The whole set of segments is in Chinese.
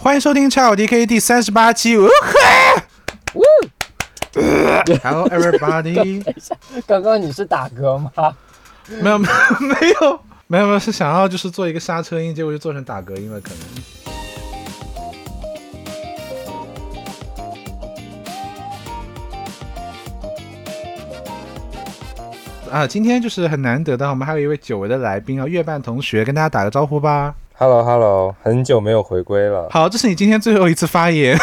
欢迎收听超 DK 第38期。Hello everybody。 刚刚你是打嗝吗？ 没有，是想要就是做一个刹车音，结果就做成打嗝音了，可能。今天就是很难得的，我们还有一位久违的来宾啊，月半同学，跟大家打个招呼吧。 Hello， 很久没有回归了。 好，这是你今天最后一次发言。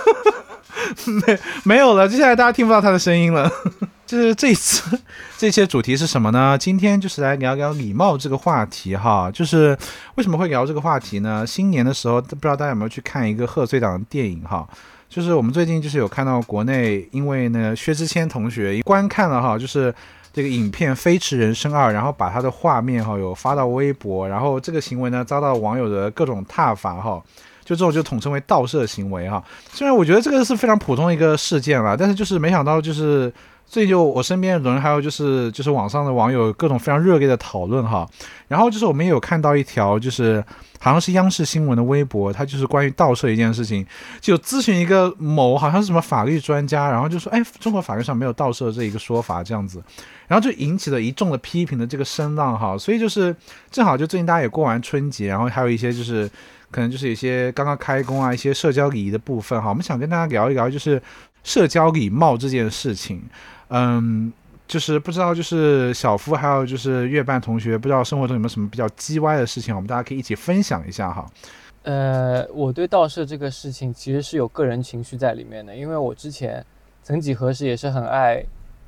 没有了，接下来大家听不到他的声音了。就是这一次这期的主题是什么呢？今天就是来聊聊礼貌这个话题哈。就是为什么会聊这个话题呢？新年的时候，不知道大家有没有去看一个贺岁档的电影哈？就是我们最近就是有看到国内，因为呢薛之谦同学观看了哈，就是这个影片《飞驰人生2》，然后把他的画面哈有发到微博，然后这个行为呢遭到网友的各种挞伐哈。就这种就统称为盗摄行为哈。虽然我觉得这个是非常普通的一个事件了，但是就是没想到就是最近就我身边的人还有就是网上的网友各种非常热烈的讨论哈。然后就是我们也有看到一条就是好像是央视新闻的微博，它就是关于盗摄一件事情，就咨询一个某好像是什么法律专家，然后就说中国法律上没有盗摄这一个说法这样子，然后就引起了一众的批评的这个声浪哈。所以就是正好就最近大家也过完春节，然后还有一些就是可能就是有些刚刚开工啊，一些社交礼仪的部分哈，我们想跟大家聊一聊就是社交礼貌这件事情。就是不知道就是小夫还有就是月半同学，不知道生活中有没有什么比较鸡歪的事情，我们大家可以一起分享一下哈。 我对盗摄这个事情其实是有个人情绪在里面的，因为我之前曾几何时也是很爱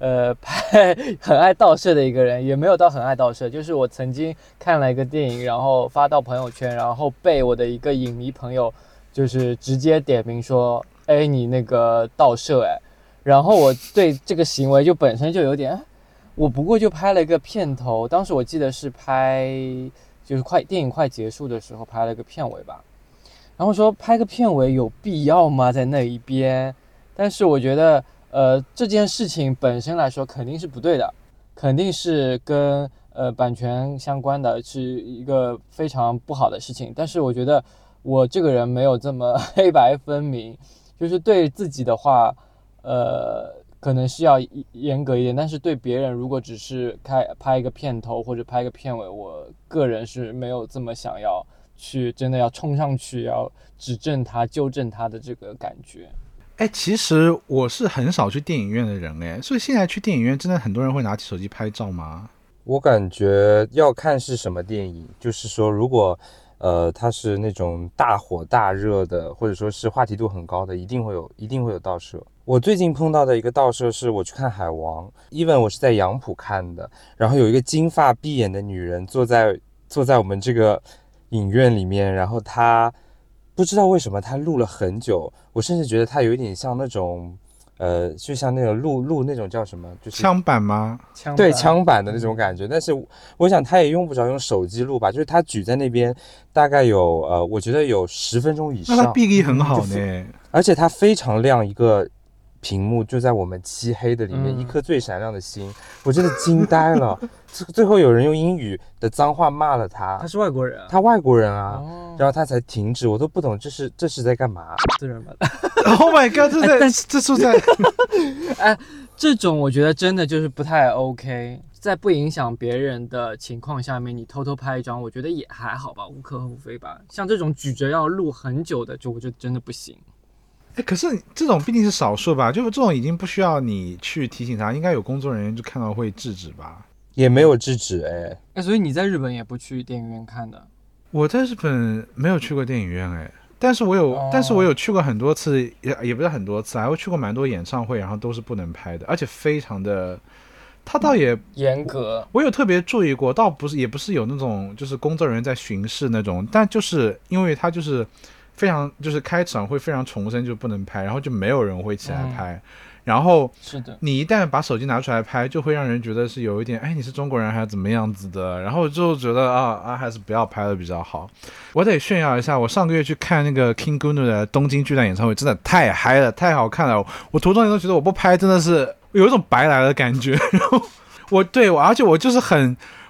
盗摄的一个人，也没有到很爱盗摄，就是我曾经看了一个电影，然后发到朋友圈，然后被我的一个影迷朋友就是直接点名说，你那个盗摄然后我对这个行为就本身就有点，我不过就拍了一个片头，当时我记得是就是电影快结束的时候拍了个片尾吧，然后说拍个片尾有必要吗？在那一边，但是我觉得这件事情本身来说肯定是不对的，肯定是跟版权相关的，是一个非常不好的事情。但是我觉得我这个人没有这么黑白分明，就是对自己的话可能是要严格一点，但是对别人如果只是拍一个片头或者拍一个片尾，我个人是没有这么想要去真的要冲上去要指正他纠正他的这个感觉。 其实我是很少去电影院的人所以现在去电影院真的很多人会拿起手机拍照吗？ 我感觉要看是什么电影，就是说如果它是那种大火大热的，或者说是话题度很高的，一定会有盗摄。我最近碰到的一个盗摄是我去看海王，even我是在杨浦看的，然后有一个金发碧眼的女人坐在我们这个影院里面，然后她不知道为什么她录了很久，我甚至觉得她有一点像那种就像那种录那种叫什么，就是枪版吗？ 对，枪版的那种感觉。但是我想他也用不着用手机录吧，就是他举在那边大概有我觉得有10分钟以上。 那他臂力很好呢， 而且他非常亮，一个屏幕就在我们漆黑的里面，一颗最闪亮的星，我真的惊呆了。最后有人用英语的脏话骂了他。 他是外国人啊？ 他外国人啊，然后他才停止，我都不懂这是在干嘛？ 自然吧。 Oh my god！ 这是在这种我觉得真的就是不太 OK， 在不影响别人的情况下面，你偷偷拍一张，我觉得也还好吧，无可厚非吧。像这种举着要录很久的，我就真的不行。 可是这种毕竟是少数吧，就是这种已经不需要你去提醒他，应该有工作人员就看到会制止吧？ 也没有制止所以你在日本也不去电影院看的？ 我在日本没有去过电影院但是我有去过很多次，也不是很多次，还会去过蛮多演唱会，然后都是不能拍的，而且非常的，他倒也严格。 我有特别注意过，也不是有那种就是工作人员在巡视那种，但就是因为他就是非常就是开场会非常重申就不能拍，然后就没有人会起来拍。然后是的， 你一旦把手机拿出来拍，就会让人觉得是有一点你是中国人还是怎么样子的，然后就觉得还是不要拍的比较好。我得炫耀一下，我上个月去看那个 King Gnu 的东京巨蛋演唱会，真的太嗨了，太好看了。我途中也都觉得我不拍真的是有一种白来的感觉。然后而且我就是很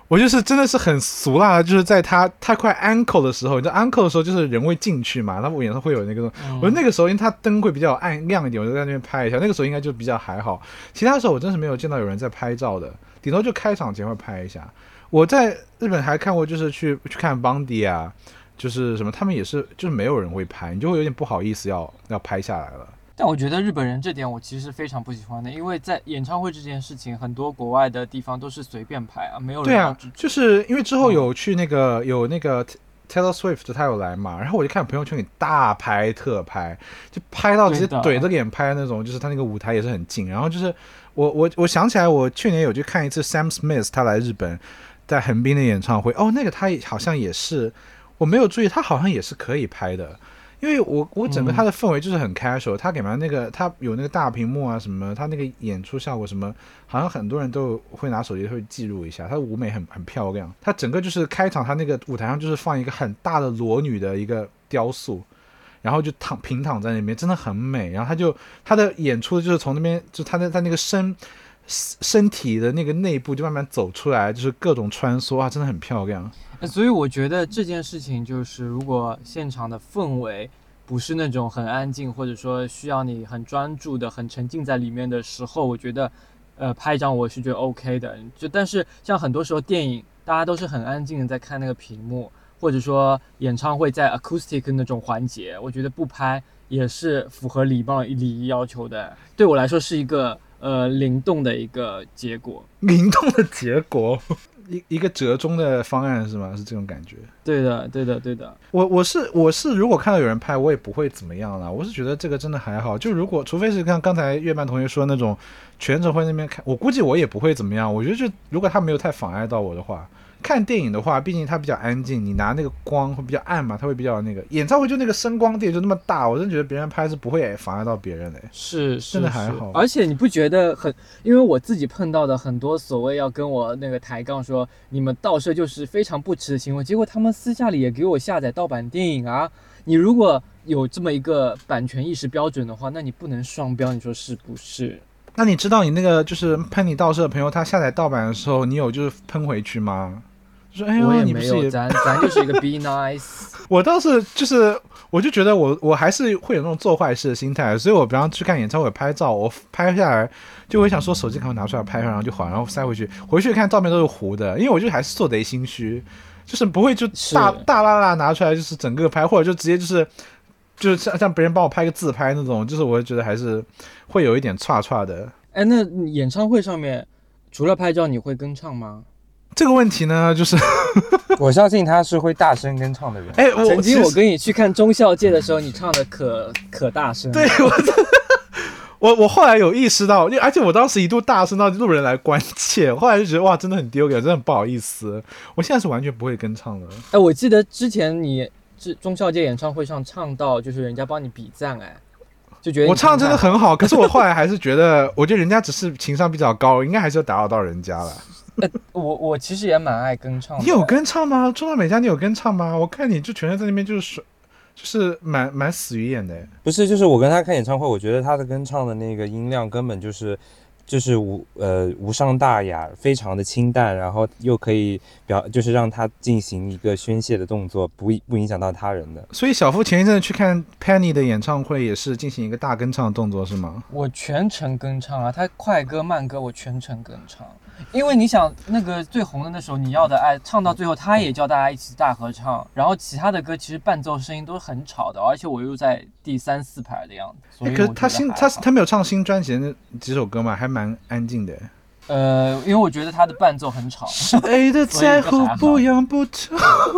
我就是真的是很俗辣的，就是在他快 uncle 的时候，你知道 uncle 的时候就是人会进去嘛，他们演唱会有那个，我觉得那个时候因为他灯会比较暗亮一点，我就在那边拍一下，那个时候应该就比较还好。其他时候我真是没有见到有人在拍照的，顶多就开场前会拍一下。我在日本还看过，就是去看邦迪啊，就是什么他们也是就是没有人会拍，你就会有点不好意思要拍下来了。 但我觉得日本人这点我其实是非常不喜欢的，因为在演唱会这件事情，很多国外的地方都是随便拍啊，没有人对啊要支持， 就是因为之后有去那个、有那个 Taylor Swift 他有来嘛，然后我就看朋友圈里大拍特拍，就拍到直接怼着脸拍那种，就是他那个舞台也是很近。然后就是我想起来，我去年有去看一次 Sam Smith 他来日本，在横滨的演唱会，哦，那个他好像也是，我没有注意，他好像也是可以拍的。因为我整个他的氛围就是很 casual，他给完那个他有那个大屏幕啊什么，他那个演出效果什么，好像很多人都会拿手机会记录一下。他的舞美很漂亮，他整个就是开场，他那个舞台上就是放一个很大的裸女的一个雕塑，然后就平躺在那边，真的很美。然后他的演出就是从那边就他那个身体的那个内部就慢慢走出来，就是各种穿梭啊，真的很漂亮。 所以我觉得这件事情就是，如果现场的氛围不是那种很安静，或者说需要你很专注的、很沉浸在里面的时候，我觉得，拍张我是觉得 OK 的。但是像很多时候电影，大家都是很安静的在看那个屏幕，或者说演唱会在 acoustic 那种环节，我觉得不拍也是符合礼仪要求的。对我来说是一个灵动的一个结果。 灵动的结果。一个折中的方案是吗？是这种感觉？ 对的。 我是，如果看到有人拍，我也不会怎么样了。我是觉得这个真的还好，就除非是像刚才月半同学说那种全程会那边看，我估计我也不会怎么样。我觉得就如果他没有太妨碍到我的话。看电影的话，毕竟它比较安静，你拿那个光会比较暗嘛，它会比较那个。演唱会就那个声光电就那么大，我真觉得别人拍是不会妨碍到别人的。 是真的还好。 而且你不觉得因为我自己碰到的很多所谓要跟我那个抬杠说你们盗摄就是非常不耻的行为，结果他们私下里也给我下载盗版电影啊。你如果有这么一个版权意识标准的话，那你不能双标，你说是不是？ 那你知道你那个就是喷你盗摄的朋友，他下载盗版的时候，你有就是喷回去吗？说哎呦， 我也没有，咱就是一个 be nice。 我倒是就是，我就觉得我还是会有那种做坏事的心态，所以我比方去看演唱会拍照，我拍下来就会想说手机赶快拿出来拍，然后就好，然后塞回去，回去看照片都是糊的，因为我就还是做贼心虚，就是不会就大拉拿出来就是整个拍，或者就直接就是像别人帮我拍个自拍那种，就是我觉得还是会有一点歘的。 哎，那演唱会上面除了拍照，你会跟唱吗？ 这个问题呢，就是我相信他是会大声跟唱的人。 哎， 曾经我跟你去看忠孝界的时候，你唱的可大声。 对，我后来有意识到，而且我当时一度大声到路人来关切，后来就觉得哇，真的很丢脸，真的很不好意思。我现在是完全不会跟唱的。 哎，我记得之前你忠孝界演唱会上唱到，就是人家帮你比赞，哎，就觉得我唱真的很好，可是我后来还是觉得，我觉得人家只是情商比较高，应该还是要打扰到人家了。 我其实也蛮爱跟唱的。 你有跟唱吗？中岛美嘉你有跟唱吗？我看你就全在那边就是蛮死鱼眼的。 不是，就是我跟他看演唱会，我觉得他的跟唱的那个音量根本就是无伤大雅，非常的清淡，然后又可以就是让他进行一个宣泄的动作，不影响到他人的。 所以小夫前一阵去看 Penny 的演唱会，也是进行一个大跟唱的动作是吗？ 我全程跟唱啊，他快歌慢歌我全程跟唱。因为你想那个最红的那首《你要的爱》，唱到最后他也叫大家一起大合唱，然后其他的歌其实伴奏声音都是很吵的，而且我又在第3、4排的样子。所以可是他没有唱新专辑的那几首歌嘛，还蛮安静的。 因为我觉得他的伴奏很吵。 谁的在乎不痒不痛，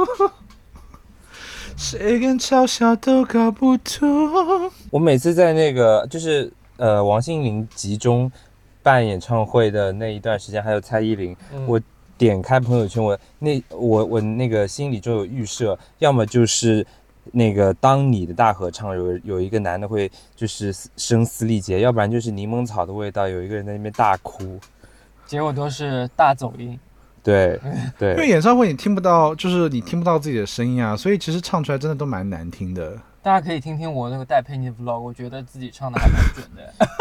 谁跟嘲笑都搞不懂。 我每次在那个就是王心凌集中办演唱会的那一段时间，还有蔡依林，我点开朋友圈，我那个心里就有预设，要么就是那个当你的大合唱有一个男的会就是声嘶力竭，要不然就是柠檬草的味道，有一个人在那边大哭， 结果都是大走音。 对， 因为演唱会你听不到，就是你听不到自己的声音啊，所以其实唱出来真的都蛮难听的。 大家可以听听我那个带配音的 vlog， 我觉得自己唱的还蛮准的。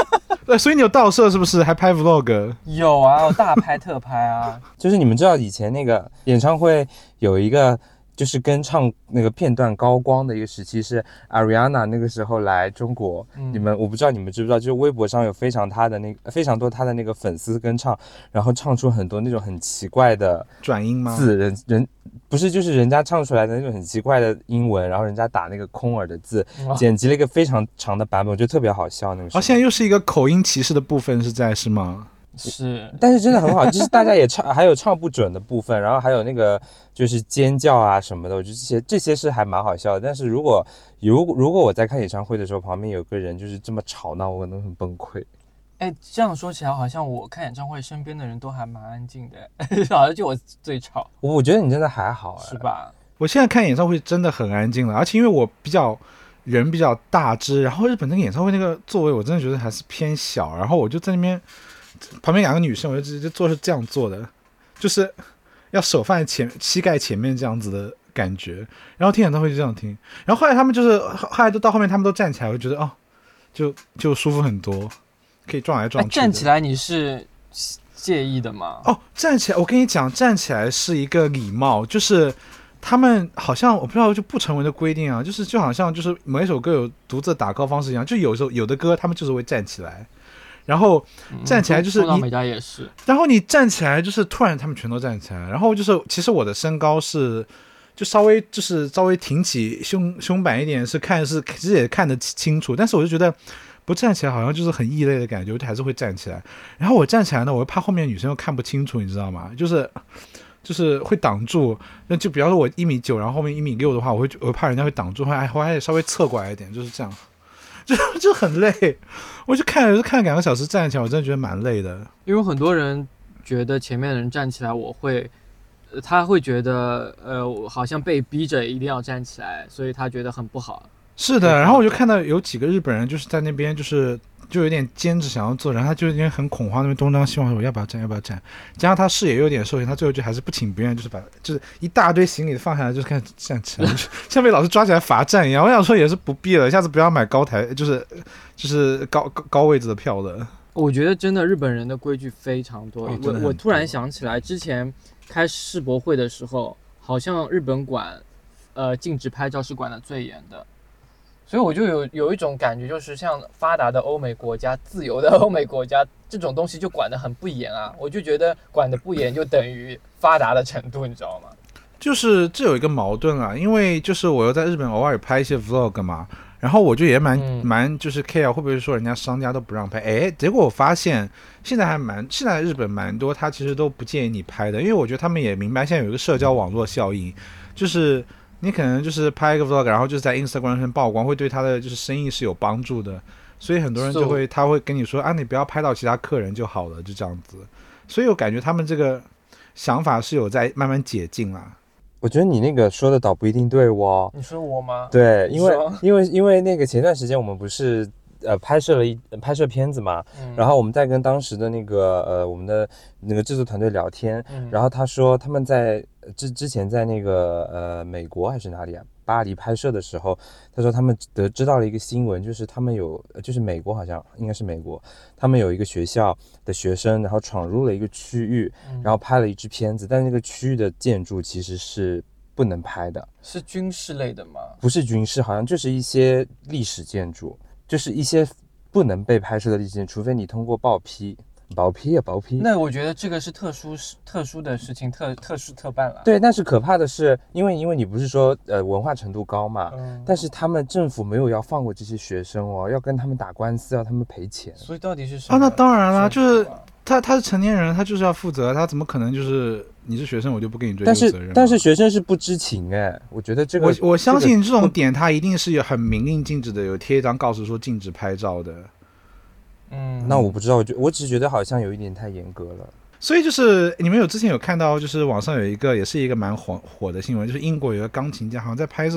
对，所以你有盗摄是不是？还拍 vlog？ 有啊，我大拍特拍啊。 就是你们知道以前那个演唱会有一个就是跟唱那个片段高光的一个时期是 Ariana 那个时候来中国，我不知道你们知不知道，就是微博上有非常多他的那个粉丝跟唱，然后唱出很多那种很奇怪的转音吗？ 字，人不是就是人家唱出来的那种很奇怪的英文，然后人家打那个空耳的字，剪辑了一个非常长的版本，我觉得特别好笑那个时候。 现在又是一个口音歧视的部分是吗？ 是， 但是真的很好，就是大家也还有唱不准的部分，然后还有那个就是尖叫啊什么的，我觉得这些是还蛮好笑的。但是如果我在看演唱会的时候，旁边有个人就是这么吵闹，我可能很崩溃。 哎，这样说起来，好像我看演唱会身边的人都还蛮安静的，好像就我最吵。 我觉得你真的还好， 是吧？ 我现在看演唱会真的很安静了，而且因为我人比较大只，然后日本那个演唱会那个座位我真的觉得还是偏小，然后我就在那边旁边两个女生，我就直接坐是这样坐的，就是要手放在膝盖前面这样子的感觉，然后听演唱会就这样听，然后后来他们就是后来都到后面他们都站起来，我就觉得就舒服很多，可以撞来撞去的。 站起来你是介意的吗？ 站起来，我跟你讲，站起来是一个礼貌，就是他们好像我不知道就不成文的规定啊，就好像就是每一首歌有独自打高方式一样，就有时候有的歌他们就是会站起来，然后站起来就是到美嘉也是，然后你站起来就是突然他们全都站起来，然后就是其实我的身高是就稍微挺起胸板一点，其实也看得清楚，但是我就觉得不站起来好像就是很异类的感觉，我就还是会站起来。然后我站起来呢，我又怕后面女生又看不清楚，你知道吗？就是会挡住。那就比方说我1.9米，然后后面1.6米的话，我会怕人家会挡住，我还得稍微侧过来一点，就是这样，就很累。我就看2个小时站起来，我真的觉得蛮累的。 因为很多人觉得前面的人站起来，他会觉得我好像被逼着一定要站起来，所以他觉得很不好。 是的，然后我就看到有几个日本人就是在那边就有点坚持想要做，然后他就有点很恐慌，那边东张西望说我要不要站，加上他视野有点受限，他最后就还是不情不愿，就是一大堆行李放下来，就是开始站起来，像被老师抓起来罚站一样。我想说也是不必了，下次不要买高台，就是高位置的票了。 我觉得真的日本人的规矩非常多。我突然想起来，之前开世博会的时候，好像日本管禁止拍照是管得最严的。所以我就有一种感觉，就是像发达的欧美国家、自由的欧美国家，这种东西就管得很不严啊。我就觉得管得不严就等于发达的程度，你知道吗？ 就是这有一个矛盾啊，因为就是我又在日本偶尔拍一些 vlog 嘛，然后我就也蛮就是 care 会不会说人家商家都不让拍，结果我发现现在日本蛮多他其实都不建议你拍的，因为我觉得他们也明白现在有一个社交网络效应，就是你可能就是拍一个 vlog， 然后就是在 Instagram 上曝光，会对他的就是生意是有帮助的，所以很多人他会跟你说啊，你不要拍到其他客人就好了，就这样子。所以我感觉他们这个想法是有在慢慢解禁啦。 我觉得你那个说的倒不一定对哦。 你说我吗？ 对，因为那个前段时间我们不是拍摄片子嘛，然后我们在跟当时的那个我们的那个制作团队聊天，然后他说他们在之前在那个美国还是哪里啊，巴黎拍摄的时候，他说他们知道了一个新闻，就是他们就是美国好像应该是美国，他们有一个学校的学生，然后闯入了一个区域，然后拍了一支片子，但那个区域的建筑其实是不能拍的。 是军事类的吗？不是军事，好像就是一些历史建筑，就是一些不能被拍摄的历史建筑，除非你通过报批。那我觉得这个是特殊的事情，特事特办了。对，但是可怕的是，因为你不是说文化程度高嘛，但是他们政府没有要放过这些学生哦，要跟他们打官司，要他们赔钱。 所以到底是什么？ 那当然了，就是他是成年人，他就是要负责，他怎么可能就是你是学生我就不给你追究责任？ 但是学生是不知情我觉得这个我相信这种点他一定是有很明令禁止的，有贴一张告示说禁止拍照的。 那我不知道，我只是觉得好像有一点太严格了。 所以就是你们之前有看到，就是网上有一个也是一个蛮火的新闻，就是英国有个钢琴家好像在拍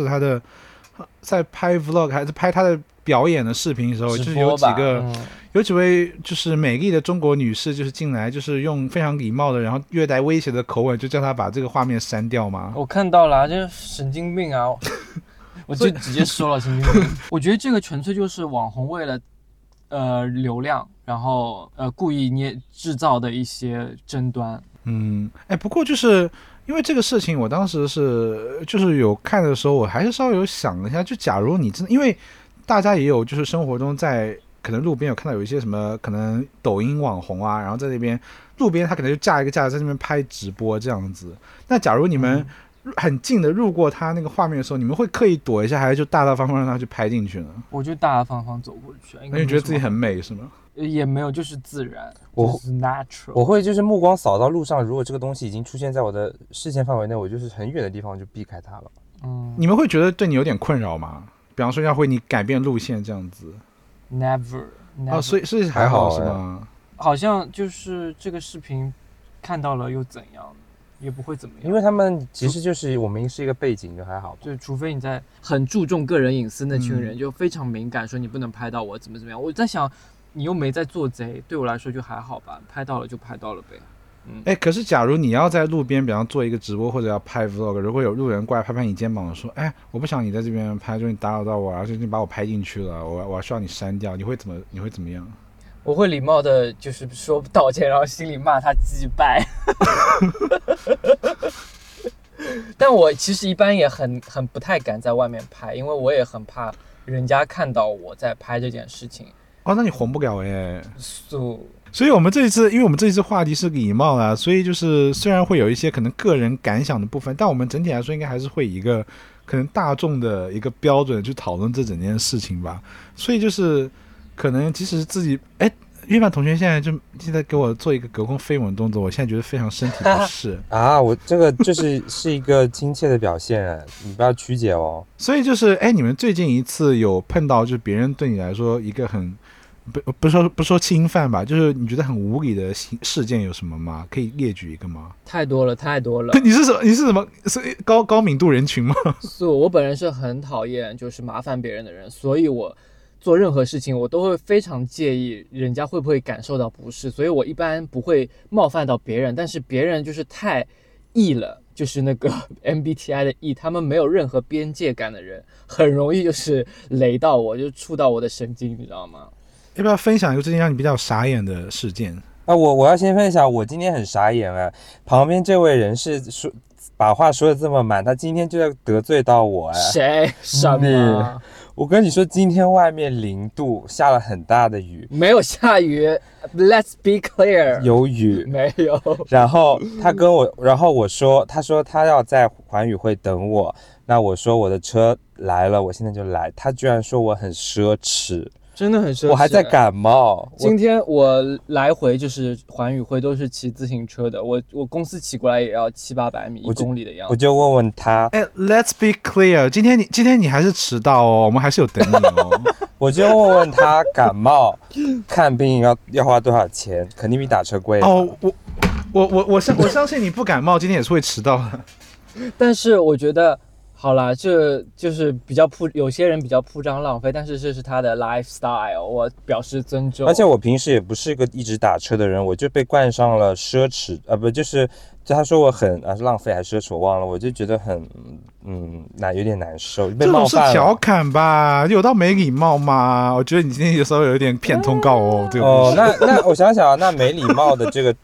vlog 还是拍他的表演的视频的时候，就是有几位就是美丽的中国女士就是进来，就是用非常礼貌的然后略带威胁的口吻就叫他把这个画面删掉嘛。 我看到了，这神经病啊！我就直接说了神经病。我觉得这个纯粹就是网红为了流量， 然后故意制造的一些争端。 不过就是因为这个事情，我当时就是有看的时候，我还是稍微有想了一下，就假如你真的，因为大家也有就是生活中在可能路边有看到有一些什么可能抖音网红啊，然后在那边路边他可能就架一个架在那边拍直播这样子。那假如你们很近的路过他那个画面的时候，你们会刻意躲一下，还是就大大方方让他去拍进去呢？ 我就大大方方走过去。 那你觉得自己很美是吗？ 也没有，就是自然，就是 natural。 我会就是目光扫到路上，如果这个东西已经出现在我的视线范围内，我就是很远的地方就避开它了。 你们会觉得对你有点困扰吗？比方说要会你改变路线这样子 ？Never。 所以还好是吗？ 好像就是这个视频看到了又怎样？也不会怎么样， 因为他们其实就是我们是一个背景，就还好。 就除非你在很注重个人隐私那群人，就非常敏感，说你不能拍到我怎么样。我在想，你又没在做贼，对我来说就还好吧，拍到了就拍到了呗。 可是假如你要在路边，比方做一个直播或者要拍 vlog， 如果有路人过来拍拍你肩膀说，我不想你在这边拍，就你打扰到我，而且你把我拍进去了，我需要你删掉，你会怎么样？ 我会礼貌的，就是说道歉，然后心里骂他鸡掰。但我其实一般也很不太敢在外面拍，因为我也很怕人家看到我在拍这件事情。 那你红不了所以我们这一次，因为我们这一次话题是礼貌啊，所以就是虽然会有一些可能个人感想的部分，但我们整体来说应该还是会以一个可能大众的一个标准去讨论这整件事情吧。所以就是可能即使自己约曼同学现在给我做一个隔空飞吻动作，我现在觉得非常身体不适啊！我这个是一个亲切的表现，你不要曲解哦。 所以就是你们最近一次有碰到就是别人对你来说一个很不说侵犯吧，就是你觉得很无理的事件有什么吗？可以列举一个吗？ 太多了。 你是什么？是高敏度人群吗？ 我本人是很讨厌就是麻烦别人的人，所以我做任何事情我都会非常介意人家会不会感受到不适，所以我一般不会冒犯到别人，但是别人就是太异了，就是那个 MBTI 的异，他们没有任何边界感的人，很容易就是雷到我，就触到我的神经，你知道吗？ 要不要分享一个最近让你比较傻眼的事件啊？我要先分享，我今天很傻眼旁边这位人士把话说的这么满，他今天就要得罪到我谁？什么？ 我跟你说，今天外面0度，下了很大的雨。 没有下雨 ，Let's be clear。 有雨？ 没有。 然后他说他要在环宇会等我，那我说我的车来了，我现在就来。他居然说我很奢侈。 真的很奢侈， 我还在感冒。 今天我来回就是环宇会都是骑自行车的，我公司骑过来也要700-800米1公里的样子。 我就问他 ，Let's be clear， 今天你还是迟到哦，我们还是有等你哦。 我就问他感冒看病要花多少钱，肯定比打车贵。 我相信你不感冒今天也是会迟到的。 但是我觉得好啦，这就是比较有些人比较铺张浪费，但是这是他的 lifestyle， 我表示尊重。 而且我平时也不是个一直打车的人，我就被冠上了奢侈就他说我很浪费还是奢侈我忘了，我就觉得很有点难受，被冒犯了。 这种是调侃吧，有到没礼貌吗？我觉得你今天有时候有一点骗通告哦。这个那我想想那没礼貌的这个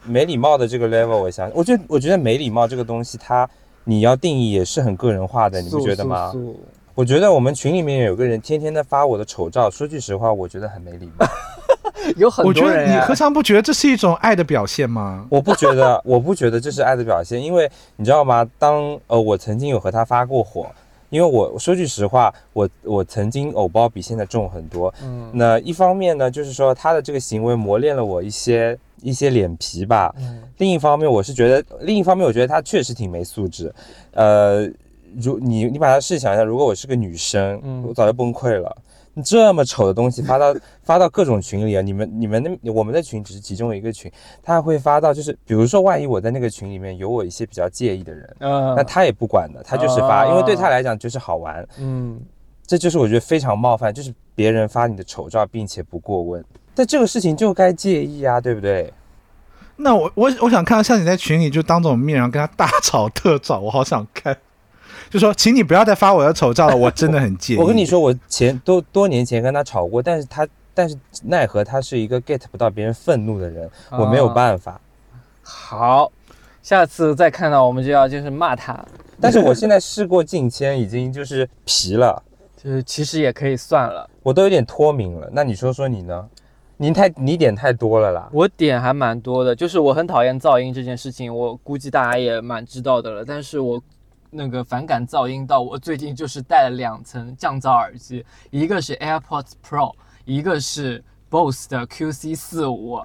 level， 我觉得没礼貌这个东西你要定义也是很个人化的，你不觉得吗？我觉得我们群里面有个人天天在发我的丑照，说句实话，我觉得很没礼貌。 有很多人， 我觉得你何尝不觉得这是一种爱的表现吗？ 我不觉得这是爱的表现，因为你知道吗？我曾经有和他发过火，因为我说句实话，我曾经偶包比现在重很多。那一方面呢，就是说他的这个行为磨练了我一些脸皮吧。另一方面我觉得他确实挺没素质。你把他试想一下，如果我是个女生，我早就崩溃了。你这么丑的东西发到各种群里啊，我们的群只是其中一个群，他还会发到就是比如说万一我在那个群里面有我一些比较介意的人，那他也不管的，他就是发，因为对他来讲就是好玩。这就是我觉得非常冒犯，就是别人发你的丑照并且不过问，但这个事情就该介意啊，对不对？ 那我想看到像你在群里就当着我面然后跟他大吵特吵，我好想看。就说请你不要再发我的丑照了，我真的很介意。 我跟你说，我多年前跟他吵过，但是但是奈何他是一个 get 不到别人愤怒的人，我没有办法。 好，下次再看到我们就要就是骂他。 但是我现在事过境迁，已经就是皮了， 就是其实也可以算了， 我都有点脱敏了。那你说说你呢？你点太多了啦。 我点还蛮多的，就是我很讨厌噪音这件事情，我估计大家也蛮知道的了。但是我那个反感噪音到我最近就是戴了2层降噪耳机，一个是 AirPods Pro， 一个是 Bose 的 QC45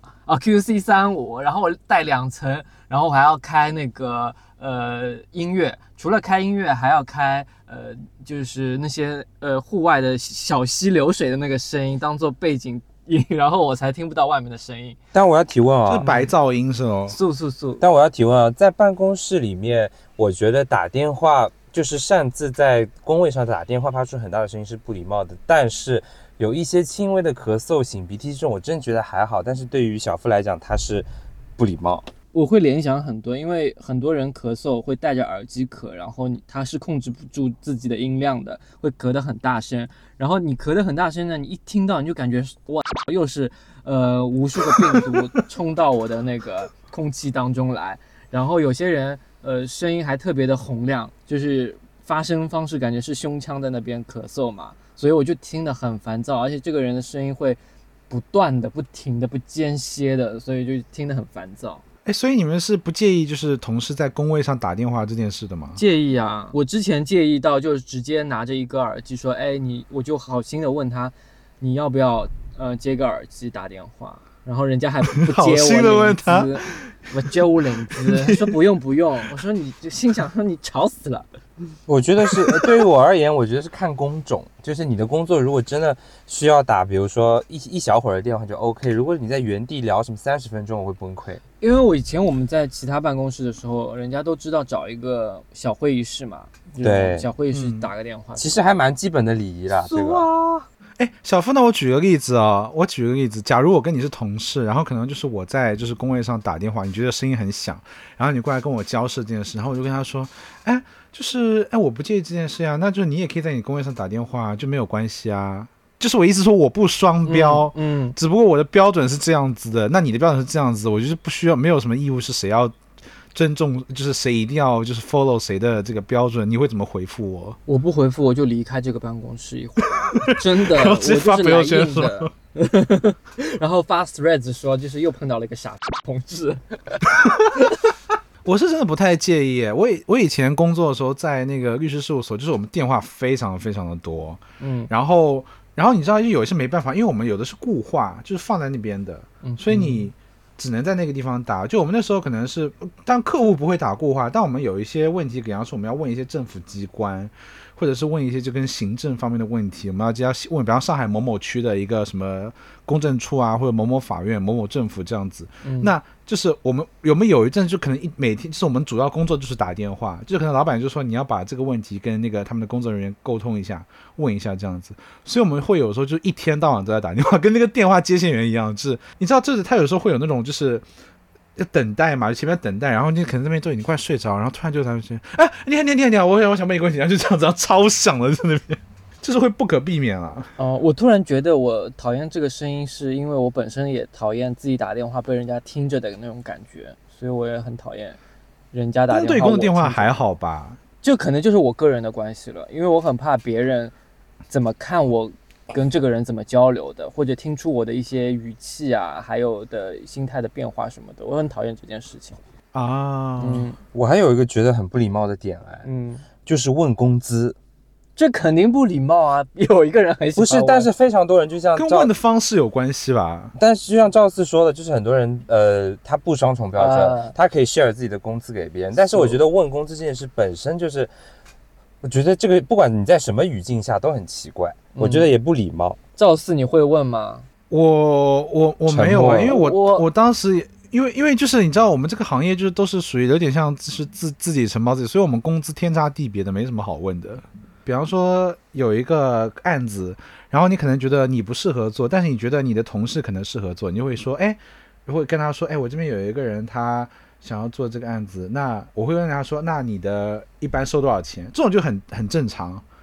QC35， 然后我戴2层，然后我还要开那个音乐，除了开音乐还要开就是那些户外的小溪流水的那个声音当做背景音，然后我才听不到外面的声音。 但我要提问就是白噪音是哦。 素。 但我要提问啊，在办公室里面，我觉得打电话就是擅自在工位上打电话发出很大的声音是不礼貌的，但是有一些轻微的咳嗽、擤鼻涕这种，我真觉得还好，但是对于小付来讲，它是不礼貌。 我会联想很多，因为很多人咳嗽会戴着耳机咳，然后他是控制不住自己的音量的，会咳得很大声。然后你咳得很大声呢，你一听到你就感觉哇，又是无数个病毒冲到我的那个空气当中来。然后有些人声音还特别的洪亮，就是发声方式感觉是胸腔在那边咳嗽嘛，所以我就听得很烦躁，而且这个人的声音会不断的、不停的、不间歇的，所以就听得很烦躁。 所以你们是不介意就是同事在工位上打电话这件事的吗？ 介意啊，我之前介意到就是直接拿着一个耳机说，我就好心的问他，你要不要接个耳机打电话，然后人家还不接我领资，我接我领资，他说不用，我说你就心想说你吵死了。 我觉得是对于我而言，我觉得是看工种，就是你的工作如果真的需要打，比如说一小会儿的电话就 OK， 如果你在原地聊什么30分钟，我会崩溃。 因为我们在其他办公室的时候，人家都知道找一个小会议室嘛， 对， 小会议室打个电话， 其实还蛮基本的礼仪啦。这个小付，那我举个例子啊，假如我跟你是同事，然后可能就是我在就是工位上打电话，你觉得声音很响，然后你过来跟我交涉这件事，然后我就跟他说，我不介意这件事呀，那就是你也可以在你工位上打电话，就没有关系啊。就是我意思说我不双标，只不过我的标准是这样子的，那你的标准是这样子，我就是不需要，没有什么义务是谁要尊重，就是谁一定要就是 follow 谁的这个标准。你会怎么回复我？ 我不回复我就离开这个办公室一会儿，真的，我就是来硬的。然后发 threads 说就是又碰到了一个傻同事。 我是真的不太介意。我以前工作的时候在那个律师事务所，就是我们电话非常非常的多，然后你知道，就有一些没办法，因为我们有的是固话，就是放在那边的，所以你只能在那个地方打。就我们那时候可能是，但客户不会打固话，但我们有一些问题，比方说我们要问一些政府机关，或者是问一些就跟行政方面的问题，我们要问，比方上海某某区的一个什么公证处啊，或者某某法院、某某政府这样子。那就是我们有一阵就可能每天，就是我们主要工作就是打电话，就可能老板就说你要把这个问题跟那个他们的工作人员沟通一下，问一下这样子。所以我们会有时候就一天到晚都在打电话，跟那个电话接线员一样，就是你知道，就是他有时候会有那种就是要等待嘛，前面等待，然后你可能那边都已经快睡着，然后突然就他们说，你好，我想问你个问题，然后就这样子超响的在那边。就是会不可避免啊。 我突然觉得我讨厌这个声音，是因为我本身也讨厌自己打电话被人家听着的那种感觉，所以我也很讨厌人家打电话。 对公的电话还好吧？ 这可能就是我个人的关系了，因为我很怕别人怎么看我跟这个人怎么交流的，或者听出我的一些语气啊，还有的心态的变化什么的，我很讨厌这件事情啊。 我还有一个觉得很不礼貌的点就是问工资。 这肯定不礼貌啊！有一个人很喜欢不是，但是非常多人就像跟问的方式有关系吧。 但是就像赵四说的，就是很多人他不双重标准，他可以 share 自己的工资给别人。但是我觉得问工资这件事本身就是，我觉得这个不管你在什么语境下都很奇怪，我觉得也不礼貌。 赵四你会问吗？ 我没有啊，因为我当时因为就是你知道我们这个行业就是都是属于有点像是自己承包自己，所以我们工资天差地别的，没什么好问的。比方说有一个案子，然后你可能觉得你不适合做，但是你觉得你的同事可能适合做，你就会说，会跟他说，我这边有一个人他想要做这个案子，那我会问他说，那你的一般收多少钱？这种就很正常。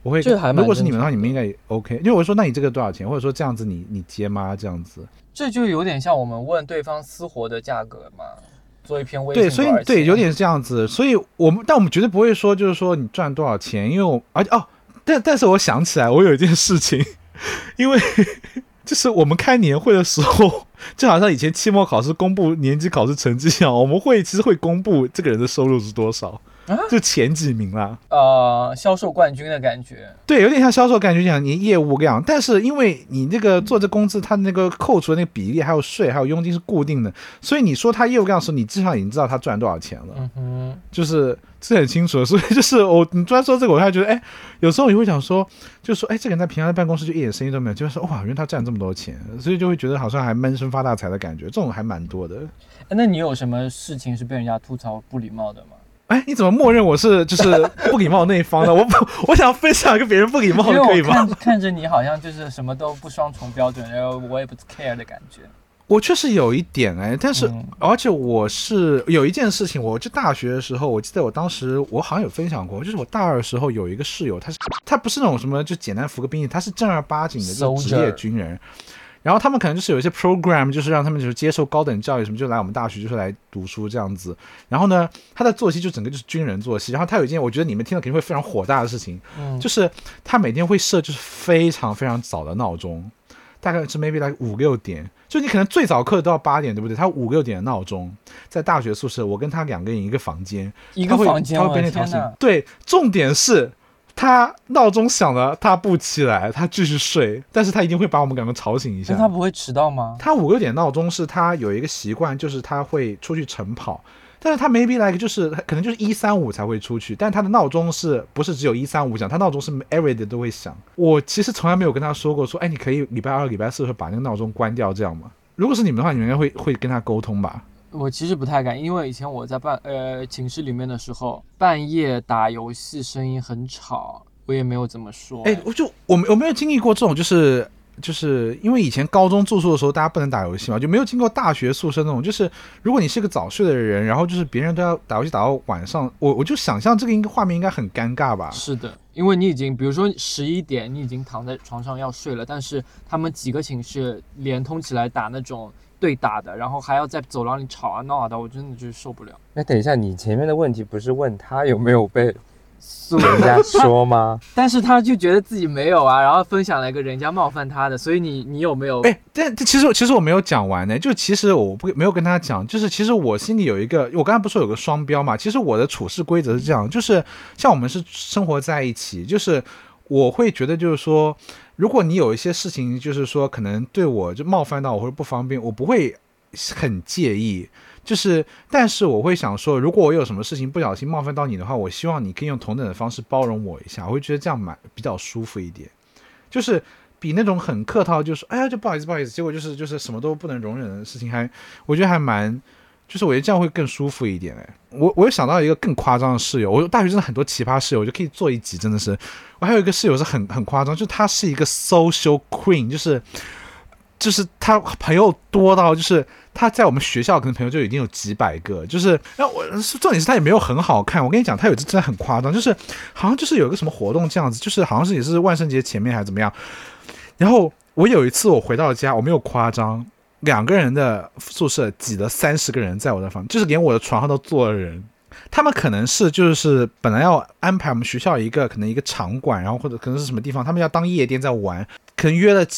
我会这还蛮如果是你们的话， 正常的你们应该也 OK。因为我说那你这个多少钱，或者说这样子你接吗？这样子。 这就有点像我们问对方私活的价格嘛，做一篇微对，所以信多少钱对有点这样子，所以但我们绝对不会说就是说你赚多少钱，因为但是我想起来，我有一件事情，因为就是我们开年会的时候，就好像以前期末考试公布年级考试成绩一样，我们其实会公布这个人的收入是多少，就前几名啦。 销售冠军的感觉。 对，有点像销售感觉讲你业务这样，但是因为你那个做这工资，它那个扣除的那个比例还有税还有佣金是固定的，所以你说他业务这样的时候，你至少已经知道他赚多少钱了，就是这很清楚的。所以就是你突然说这个，我还觉得有时候你会想说，就是说这个人在平常在办公室就一点生意都没有，就是说哇，原来他赚这么多钱，所以就会觉得好像还闷声发大财的感觉，这种还蛮多的。 那你有什么事情是被人家吐槽不礼貌的吗？ 你怎么默认我是就是不礼貌那一方呢？我想要分享一个别人不礼貌的，可以吗？ 看着你好像就是什么都不双重标准，然后我也不 care 的感觉。我确实有一点但是而且我是有一件事情，我就大学的时候，我记得我当时我好像有分享过，就是我大二的时候有一个室友，他不是那种什么就简单服个兵役，他是正儿八经的就是职业军人。然后他们可能就是有一些 program， 就是让他们就是接受高等教育什么，就来我们大学就是来读书这样子。然后呢，他的作息就整个就是军人作息。然后他有一件我觉得你们听到肯定会非常火大的事情，就是他每天会设就是非常非常早的闹钟，大概是 maybe like 5-6点，就你可能最早课都要8点，对不对？他5-6点的闹钟，在大学宿舍，我跟他2个人一个房间， 一个房间， 他会边吵醒。对，重点是。他闹钟响了，他不起来，他继续睡，但是他一定会把我们2个吵醒一下。 那他不会迟到吗？ 他5-6点闹钟是他有一个习惯，就是他会出去晨跑，但是他 maybe like 就是可能就是135才会出去，但他的闹钟是不是只有135响？他闹钟是 everyday 都会响。我其实从来没有跟他说过说，你可以礼拜2、礼拜4会把那个闹钟关掉这样吗？如果是你们的话，你们应该会跟他沟通吧？ 我其实不太敢，因为以前我在寝室里面的时候，半夜打游戏声音很吵，我也没有这么说。 我没有经历过这种，就是因为以前高中住宿的时候，大家不能打游戏嘛，就没有经过大学宿舍那种。就是如果你是个早睡的人，然后就是别人都要打游戏打到晚上，我就想象这个画面应该很尴尬吧？ 是的，因为你已经比如说11点，你已经躺在床上要睡了，但是他们几个寝室连通起来打那种对打的，然后还要在走廊里吵啊闹啊的，我真的就是受不了。 那等一下，你前面的问题不是问他有没有被人家说吗？ 但是他就觉得自己没有啊，然后分享了一个人家冒犯他的，所以你有没有？ 但其实我没有讲完呢，就其实我没有跟他讲，就是其实我心里有一个，我刚才不是说有个双标嘛？其实我的处事规则是这样，就是像我们是生活在一起，就是我会觉得就是说，如果你有一些事情，就是说可能对我就冒犯到我或者不方便，我不会很介意。但是我会想说，如果我有什么事情不小心冒犯到你的话，我希望你可以用同等的方式包容我一下，我会觉得这样比较舒服一点，就是比那种很客套，就是就不好意思，结果就是什么都不能容忍的事情，我觉得还蛮，就是我觉得这样会更舒服一点。我又想到一个更夸张的室友，我大学真的很多奇葩室友，我就可以做一集，真的是。我还有一个室友是很夸张，就是他是一个 social queen，就是他朋友多到就是他在我们学校可能朋友就已经有几百个，重点是他也没有很好看。我跟你讲，他有一次真的很夸张，就是好像就是有一个什么活动这样子，就是好像是也是万圣节前面还是怎么样。然后我有一次我回到家，我没有夸张，2个人的宿舍挤了30个人在我的房，就是连我的床上都坐了人。他们可能是就是本来要安排我们学校可能一个场馆，然后或者可能是什么地方，他们要当夜店在玩，可能约了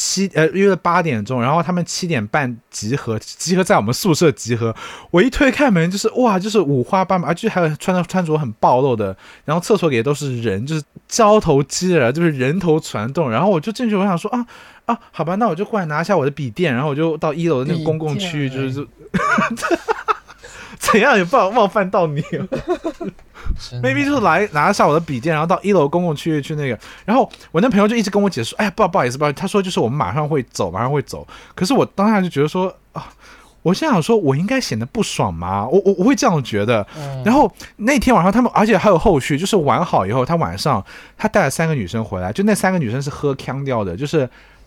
8点钟，然后他们7点半集合在我们宿舍集合。我一推开门就是哇，就是五花八门，而且还有穿着很暴露的，然后厕所也都是人，就是交头接耳，就是人头攒动。然后我就进去，我想说好吧，那我就过来拿一下我的笔电，然后我就到1楼的那个公共区域，就是怎样也不好冒犯到你maybe 就是来拿下我的笔电，然后到1楼公共区域去那个。然后我那朋友就一直跟我解释，不好意思，他说就是我们马上会走。可是我当下就觉得说我现在想说我应该显得不爽吗？我会这样觉得。然后那天晚上他们，而且还有后续，就是玩好以后，他晚上他带了3个女生回来，就那3个女生是喝呛掉的，就是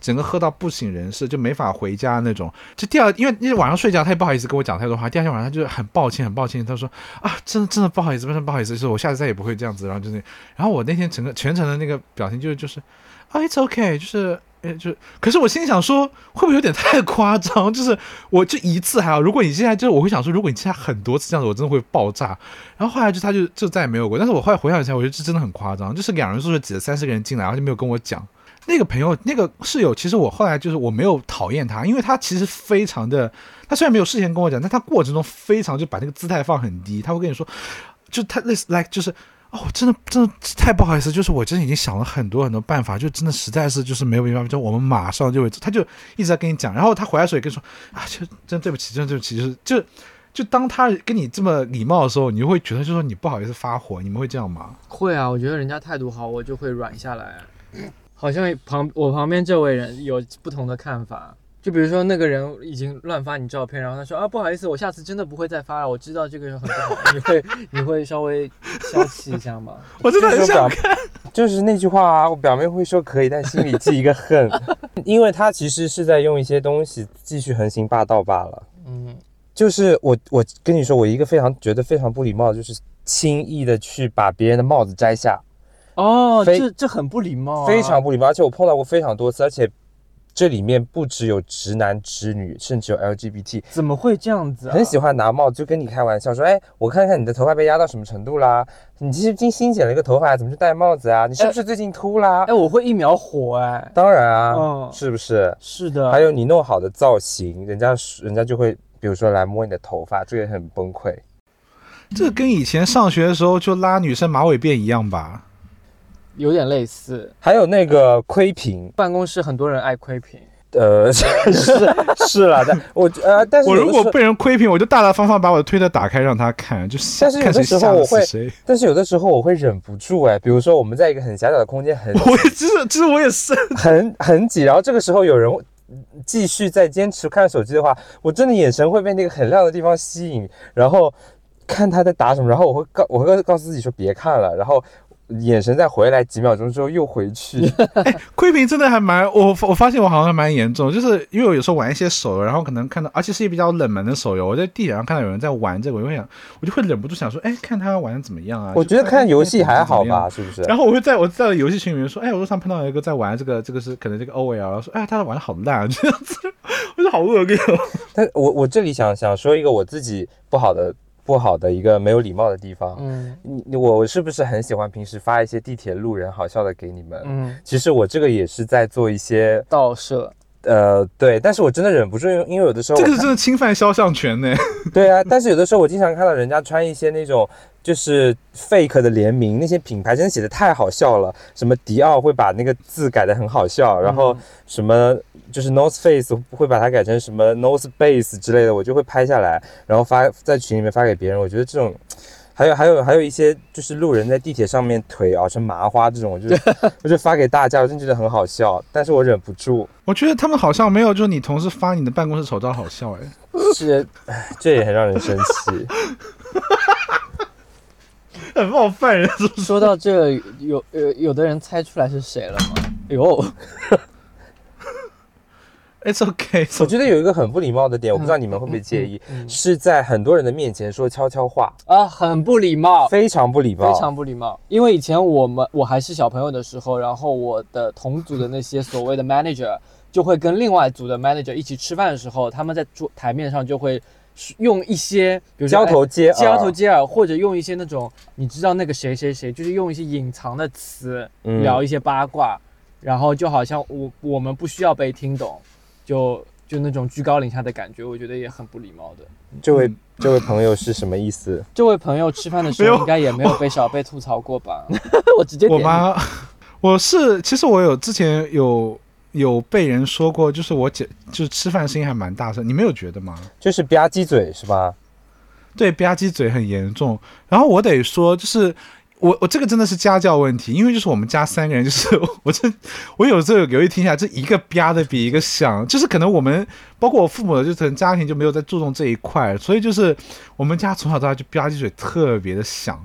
整个喝到不省人事，就没法回家那种。就因为晚上睡觉，他也不好意思跟我讲太多话。第二天晚上他就很抱歉，他说啊，真的不好意思，真的不好意思，就是我下次再也不会这样子。然后我那天全程的那个表情就是啊，it's okay，可是我心里想说，会不会有点太夸张？就是我就一次还好，如果你现在我会想说，如果你现在很多次这样子，我真的会爆炸。然后后来他就再也没有过。但是我后来回想起来，我觉得这真的很夸张，就是2人宿舍挤了30个人进来，然后就没有跟我讲。那个朋友那个室友，其实我后来就是我没有讨厌他，因为他其实非常的，他虽然没有事先跟我讲，但他过程中非常就把那个姿态放很低，他会跟你说，就他类似 like 就是。哦，真的太不好意思，就是我真的已经想了很多办法，就真的实在是就是没有办法，就我们马上就会，他就一直在跟你讲，然后他回来的时候也跟你说啊，真对不起，就当他跟你这么礼貌的时候，你就会觉得就是说你不好意思发火，你们会这样吗？ 会啊，我觉得人家态度好，我就会软下来。好像我旁边这位人有不同的看法。就比如说那个人已经乱发你照片，然后他说啊不好意思，我下次真的不会再发了，我知道这个人很不好，你会稍微消气一下吗？ 我真的很想看， 就是那句话啊，我表面会说可以，但心里记一个恨，因为他其实是在用一些东西继续横行霸道罢了。就是我跟你说，我一个觉得非常不礼貌的就是轻易的去把别人的帽子摘下。 哦，这很不礼貌啊， 非常不礼貌，而且我碰到过非常多次，而且这里面不只有直男直女，甚至有 LGBT。 怎么会这样子啊？ 很喜欢拿帽子就跟你开玩笑说，哎，我看看你的头发被压到什么程度啦，你其实新剪了一个头发，怎么去戴帽子啊？你是不是最近秃啦？ 我会一秒火当然啊，是不是？ 是的。 还有你弄好的造型，人家就会比如说来摸你的头发，这个很崩溃。 这跟以前上学的时候就拉女生马尾辫一样吧？ 有点类似。 还有那个窥屏， 办公室很多人爱窥屏。 是啦，但是我如果被人窥屏，我就大大方方把我的推特打开让他看，就但是有的时候我会，但是有的时候我会忍不住比如说我们在一个很狭小的空间， 其实我也是很挤，然后这个时候有人继续在坚持看手机的话，我真的眼神会被那个很亮的地方吸引，然后看他在打什么，然后我会告诉自己说别看了，然后眼神再回来几秒钟之后又回去。 窥屏真的还蛮，我发现我好像还蛮严重，就是因为我有时候玩一些手游，然后可能看到，而且是一比较冷门的手游，我在地铁上看到有人在玩这个，我就会忍不住想说，哎，看他玩的怎么样啊？ 我觉得看游戏还好吧，是不是？ 然后我在游戏群里面说，哎，我路上碰到一个在玩这个是可能这个 OL， 然后说，哎，他玩的好烂，这样子，我就好恶劣哦。 但我这里想说一个我自己不好的一个没有礼貌的地方，我是不是很喜欢平时发一些地铁路人好笑的给你们？其实我这个也是在做一些盗摄， 对，但是我真的忍不住，因为有的时候这个是真的侵犯肖像权呢。 对啊，但是有的时候我经常看到人家穿一些那种就是 fake 的联名，那些品牌真的写的太好笑了，什么迪奥会把那个字改得很好笑，然后什么就是 North Face 会把它改成什么 North Base 之类的，我就会拍下来，然后在群里面发给别人。我觉得这种还有一些就是路人在地铁上面腿熬成麻花这种，我就发给大家，我真觉得很好笑，但是我忍不住。 我觉得他们好像没有就是你同事发你的办公室丑照好笑是，这也很让人生气。 很冒犯人。 说到这个，有的人猜出来是谁了吗？ It's okay。 我觉得有一个很不礼貌的点，我不知道你们会不会介意，是在很多人的面前说悄悄话啊，很不礼貌， 非常不礼貌， 非常不礼貌。因为以前我还是小朋友的时候，然后我的同组的那些所谓的 manager 就会跟另外组的 manager 一起吃饭的时候，他们在台面上就会用一些，比如说交头接耳，或者用一些那种你知道那个谁谁谁，就是用一些隐藏的词聊一些八卦，然后就好像我们不需要被听懂。就那种居高临下的感觉，我觉得也很不礼貌的。 这位朋友是什么意思？ 这位朋友吃饭的时候应该也没有被少被吐槽过吧？我直接点。 其实我有之前有被人说过，就是我姐就是吃饭声音还蛮大声，你没有觉得吗？ 就是吧唧嘴是吧？ 对，吧唧嘴很严重。然后我得说，就是我这个真的是家教问题，因为就是我们家3个人，就是我有时候有一听下来，这一个吧的比一个响，就是可能我们包括我父母的就可能家庭就没有在注重这一块，所以就是我们家从小到大就吧唧嘴特别的响。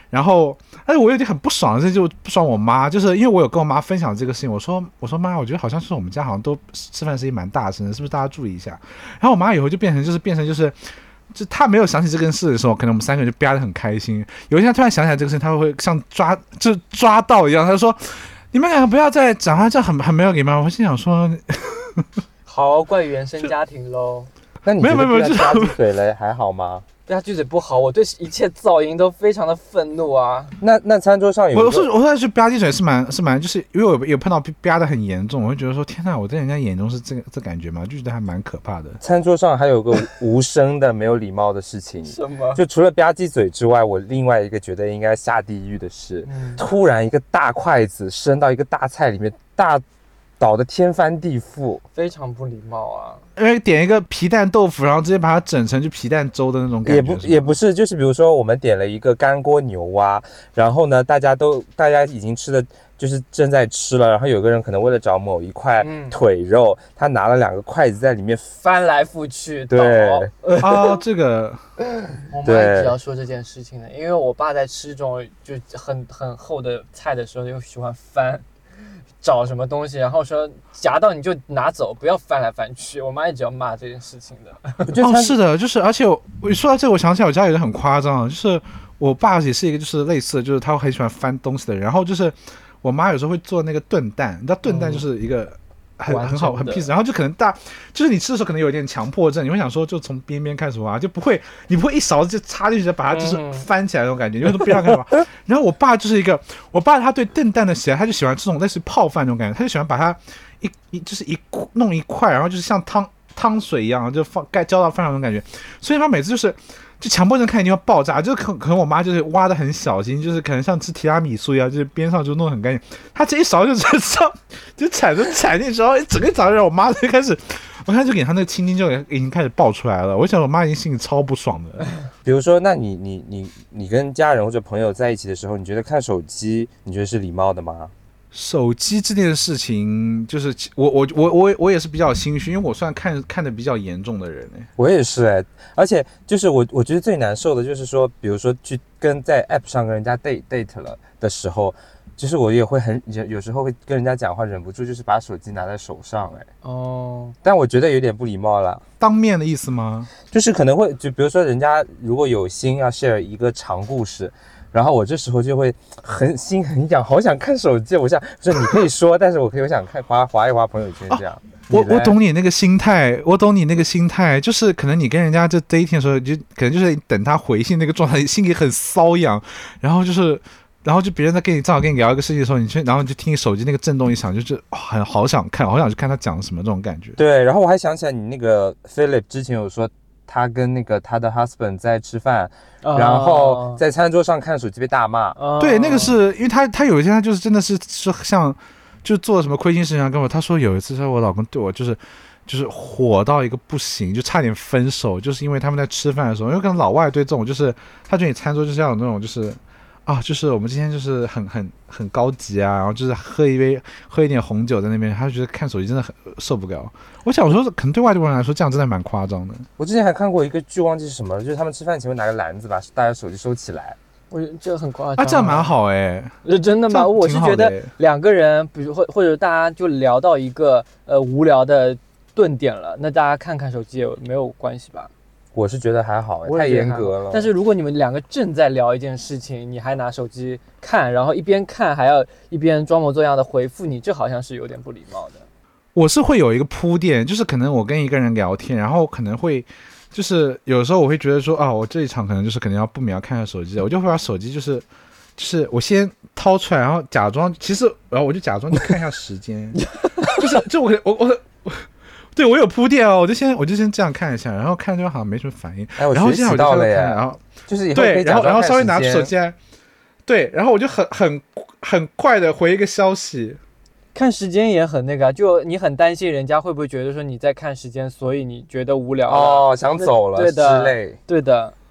然后，我有点很不爽的事就不爽我妈，就是因为我有跟我妈分享这个事情，我说妈，我觉得好像是我们家好像都吃饭声音蛮大声的，是不是大家注意一下？然后我妈以后就变成就她没有想起这件事的时候，可能我们3个人就吧得很开心。有一天她突然想起来这个事情，她会像抓到一样，她就说：“你们两个不要再讲话，这样很没有礼貌。”我心想说， 好，怪原生家庭喽。 那你觉得没有被他吧唧嘴了还好吗？ 被他句嘴不好，我对一切噪音都非常的愤怒啊。 那餐桌上有我说去吧唧嘴是蛮，就是因为我有碰到吧得很严重，我会觉得说天哪，我在人家眼中是这感觉吗？就觉得还蛮可怕的。 餐桌上还有个无声的没有礼貌的事情， 什么？ 就除了吧唧嘴之外，我另外一个觉得应该下地狱的是，突然一个大筷子伸到一个大菜里面，倒的天翻地覆， 非常不礼貌啊！ 因为点一个皮蛋豆腐，然后直接把它整成就皮蛋粥的那种感觉， 也不是，就是比如说我们点了一个干锅牛蛙，然后呢，大家已经吃的就是正在吃了，然后有个人可能为了找某一块腿肉，他拿了2个筷子在里面翻来覆去。 对这个我妈一直要说这件事情的，因为我爸在吃这种就很厚的菜的时候，就喜欢翻。找什么东西，然后说夹到你就拿走，不要翻来翻去。我妈一直要骂这件事情的。 是的，就是而且我说到这个，我想起来我家有人很夸张，就是我爸也是一个就是类似的，就是他很喜欢翻东西的人。然后就是我妈有时候会做那个炖蛋，你知道炖蛋就是一个很好很 peace， 然后就可能就是你吃的时候可能有点强迫症，你会想说就从边边开始挖，就你不会一勺子就插进去把它就是翻起来那种感觉，因为都不知道干嘛。然后我爸我爸他对炖蛋的喜爱，他就喜欢这种类似泡饭那种感觉，他就喜欢把它弄一块，然后就是像汤水一样就浇到饭上那种感觉，所以他每次就强迫症看一定要爆炸，就可能我妈就是挖的很小心，就是可能像吃提拉米苏一样，就是边上就弄得很干净。她这一勺就铲进去，然后整个早上我妈就开始，我看就给她那个青筋就已经开始爆出来了。我想我妈已经心里超不爽的。 比如说，那你跟家人或者朋友在一起的时候，你觉得看手机，你觉得是礼貌的吗？ 手机这件事情，就是我也是比较心虚，因为我算看的比较严重的人我也是而且就是我觉得最难受的就是说，比如说去在 App 上跟人家 date 了的时候，就是我也会有时候会跟人家讲话，忍不住就是把手机拿在手上但我觉得有点不礼貌了。 当面的意思吗？ 就是可能会就比如说人家如果有心要 share 一个长故事。然后我这时候就会心很痒，好想看手机。我想说你可以说，但是我想看滑一滑朋友圈这样。 我懂你那个心态，就是可能你跟人家这 dating 的时候，就可能就是等他回信那个状态，心里很瘙痒，然后就别人在正好跟你聊一个事情的时候，然后你就听手机那个震动一响，就是好想去看他讲什么这种感觉。 对，然后我还想起来你那个 Philip 之前有说。他跟他的 husband 在吃饭，然后在餐桌上看手机被大骂。 对，那个是因为他有一天他就是真的是像就做什么亏心事情跟我，他说有一次说我老公对我就是火到一个不行，就差点分手，就是因为他们在吃饭的时候，因为可能老外对这种就是他觉得你餐桌就是要有那种就是我们今天就是很高级啊，然后就是喝一点红酒在那边，他就觉得看手机真的很受不了。我想说，可能对外国人来说这样真的蛮夸张的。 我之前还看过一个剧，忘记是什么了，就是他们吃饭前会拿个篮子把大家手机收起来。 我觉得这个很夸张这样蛮好真的吗？我是觉得两个人，比如或者大家就聊到一个无聊的顿点了，那大家看看手机也没有关系吧？ 我是觉得还好太严格了。 但是如果你们两个正在聊一件事情，你还拿手机看，然后一边看还要一边装模作样的回复你，这好像是有点不礼貌的。 我是会有一个铺垫，就是可能我跟一个人聊天，然后可能会就是有时候我会觉得说我这一场可能就是可能要不免要看下手机，我就会把手机就是我先掏出来，然后假装然后我就假装去看一下时间，就我对我有铺垫我就先这样看一下，然后看对方好像没什么反应，然后接下来我就开始看，然后就是以后可以对，然后稍微拿出手机来，对，然后我就很快的回一个消息。 看时间也很那个就你很担心人家会不会觉得说你在看时间，所以你觉得无聊想走了之类。 对的。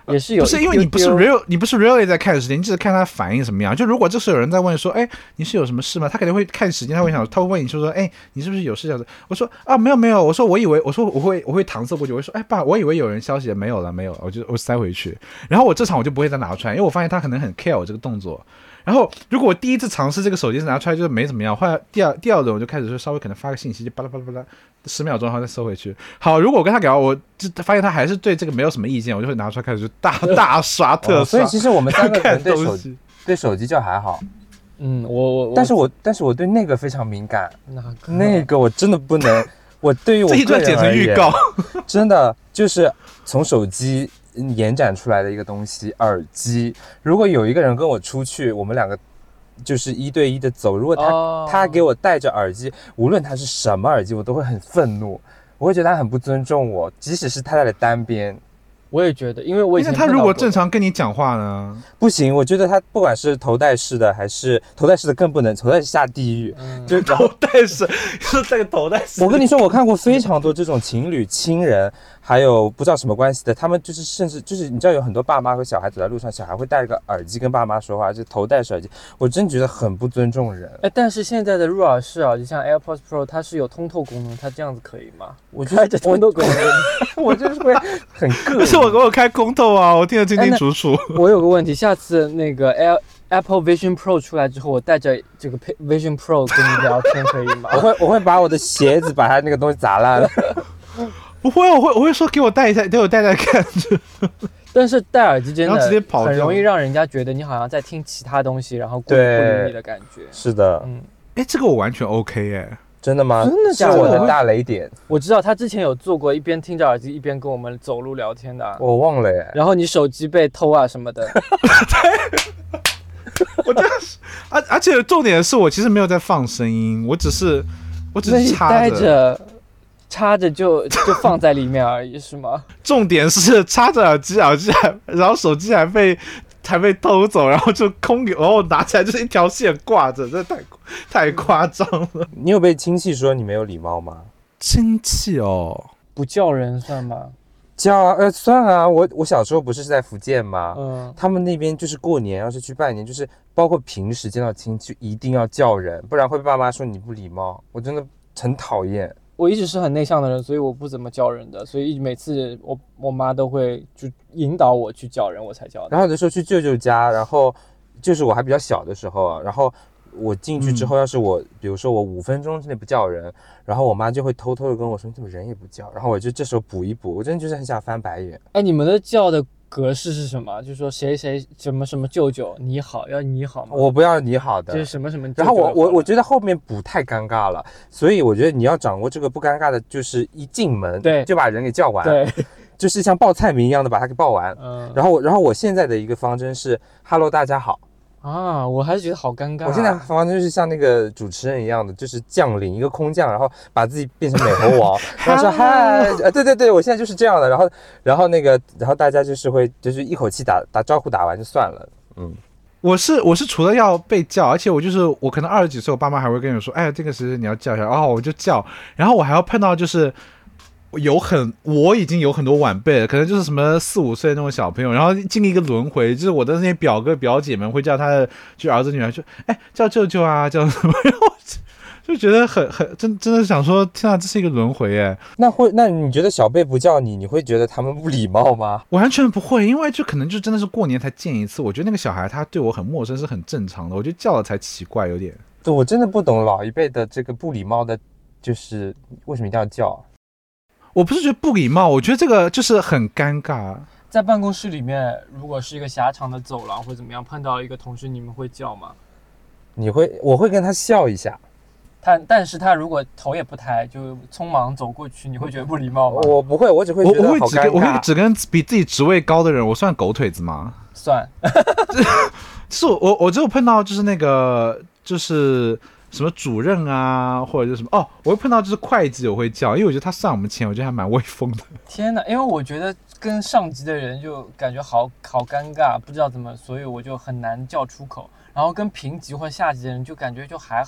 也是有， 不是因为你不是 really 在看时间，你只是看他反应什么样。就如果这时候有人在问说，哎，你是有什么事吗？他肯定会看时间，他会问你说，哎，你是不是有事这样子？我说啊，没有，我说我会搪塞过去，我会说，哎爸，我以为有人消息，没有了，我塞回去。然后我这场我就不会再拿出来，因为我发现他可能很 care 我这个动作。然后，如果我第一次尝试这个手机拿出来就是没怎么样，后来第二轮我就开始说稍微可能发个信息，就巴拉巴拉巴拉10秒钟，然后再收回去。好，如果我跟他聊，我就发现他还是对这个没有什么意见，我就会拿出来开始就大刷特刷。 所以其实我们3个人对手机就还好。但是我对那个非常敏感，那个我真的不能。我对于我这一段剪成预告， 真的就是从手机延展出来的一个东西，耳机。如果有一个人跟我出去，我们2个就是1对1的走，如果他给我戴着耳机，无论他是什么耳机，我都会很愤怒，我会觉得他很不尊重我，即使是他在单边。 我也觉得，因为我以前他如果正常跟你讲话呢， 不行。我觉得他不管是头戴式的还是头戴式的更不能，头戴式下地狱。 就是头戴式，是这个头戴式。 我跟你说，我看过非常多这种情侣亲人，还有不知道什么关系的，他们就是甚至就是你知道有很多爸妈和小孩走在路上，小孩会戴个耳机跟爸妈说话，就头戴式耳机，我真觉得很不尊重人。 但是现在的入耳式耳机像 AirPods Pro， 它是有通透功能，它这样子可以吗？ 我觉得通透功能， 我就是会很膈应。 但是我给我开空透啊，我听得清清楚楚。 我有个问题，下次那个 Apple Vision Pro 出来之后，我带着这个 Vision Pro 跟你聊天可以吗？ 我会把我的鞋子把它那个东西砸烂了。 不会，我会说给我戴一下，给我戴看着。 但是戴耳机真的直接跑很容易让人家觉得你好像在听其他东西，然后故意不理你的感觉。 是的， 这个我完全 OK 哎。 真的吗？ 真的假的？ 是我的大雷点。 我知道他之前有做过一边听着耳机一边跟我们走路聊天的。 我忘了耶。 然后你手机被偷啊什么的。 我这而且重点是我其实没有在放声音，我只是插着就放在里面而已，是吗？ 重点是插着耳机然后手机还被偷走，然后就空给，然后拿起来就是一条线挂着，这太夸张了。 你有被亲戚说你没有礼貌吗？ 亲戚哦， 不叫人算吗？ 叫啊，算啊。我小时候不是在福建吗？他们那边就是过年要是去拜年，就是包括平时见到亲戚一定要叫人，不然会被爸妈说你不礼貌。我真的很讨厌。 我一直是很内向的人，所以我不怎么叫人的，所以每次我妈都会就引导我去叫人，我才叫的。 然后有的时候去舅舅家，然后就是我还比较小的时候啊，然后我进去之后，要是比如说我5分钟之内不叫人，然后我妈就会偷偷的跟我说你怎么人也不叫，然后我就这时候补一补，我真的就是很想翻白眼。 你们的叫的格式是什么？就是说谁什么什么舅舅你好，要你好吗？ 我不要你好的， 就是什么什么舅舅。 然后我觉得后面补太尴尬了，所以我觉得你要掌握这个不尴尬的，就是一进门就把人给叫完， 对， 就是像报菜名一样的把它给报完。然后我现在的一个方针是 ，Hello 大家好。 我还是觉得好尴尬。 我现在方针就是像那个主持人一样的，就是降临一个空降，然后把自己变成美猴王，然后说嗨，对，我现在就是这样的。然后大家就是会就是一口气打招呼打完就算了。 我是除了要被叫，而且我可能20几岁，我爸妈还会跟我说，哎，这个时间你要叫一下，然后我就叫，然后我还要碰到就是我已经有很多晚辈了，可能就是什么4、5岁的那种小朋友，然后经历一个轮回，就是我的那些表哥表姐们会叫他的就儿子女儿就叫舅舅啊，叫什么，然后就觉得真的想说，天啊，这是一个轮回耶。 那你觉得小辈不叫你会觉得他们不礼貌吗？ 完全不会，因为就可能就真的是过年才见一次，我觉得那个小孩他对我很陌生是很正常的，我觉得叫了才奇怪有点。 对，我真的不懂老一辈的这个不礼貌的，就是为什么一定要叫。 我不是觉得不礼貌，我觉得这个就是很尴尬。 在办公室里面，如果是一个狭长的走廊或怎么样，碰到一个同事，你们会叫吗？ 我会跟他笑一下。 但是他如果头也不抬，就匆忙走过去，你会觉得不礼貌吗？ 我不会，我只会觉得好尴尬。 我会只跟比自己职位高的人，我算狗腿子吗？ 算。 是我只有碰到就是那个就是什么主任啊，或者是什么我会碰到就是会计我会叫，因为我觉得他上我们前，我觉得还蛮威风的。 天哪，因为我觉得跟上级的人就感觉好尴尬，不知道怎么，所以我就很难叫出口。然后跟平级或下级的人就感觉就还好，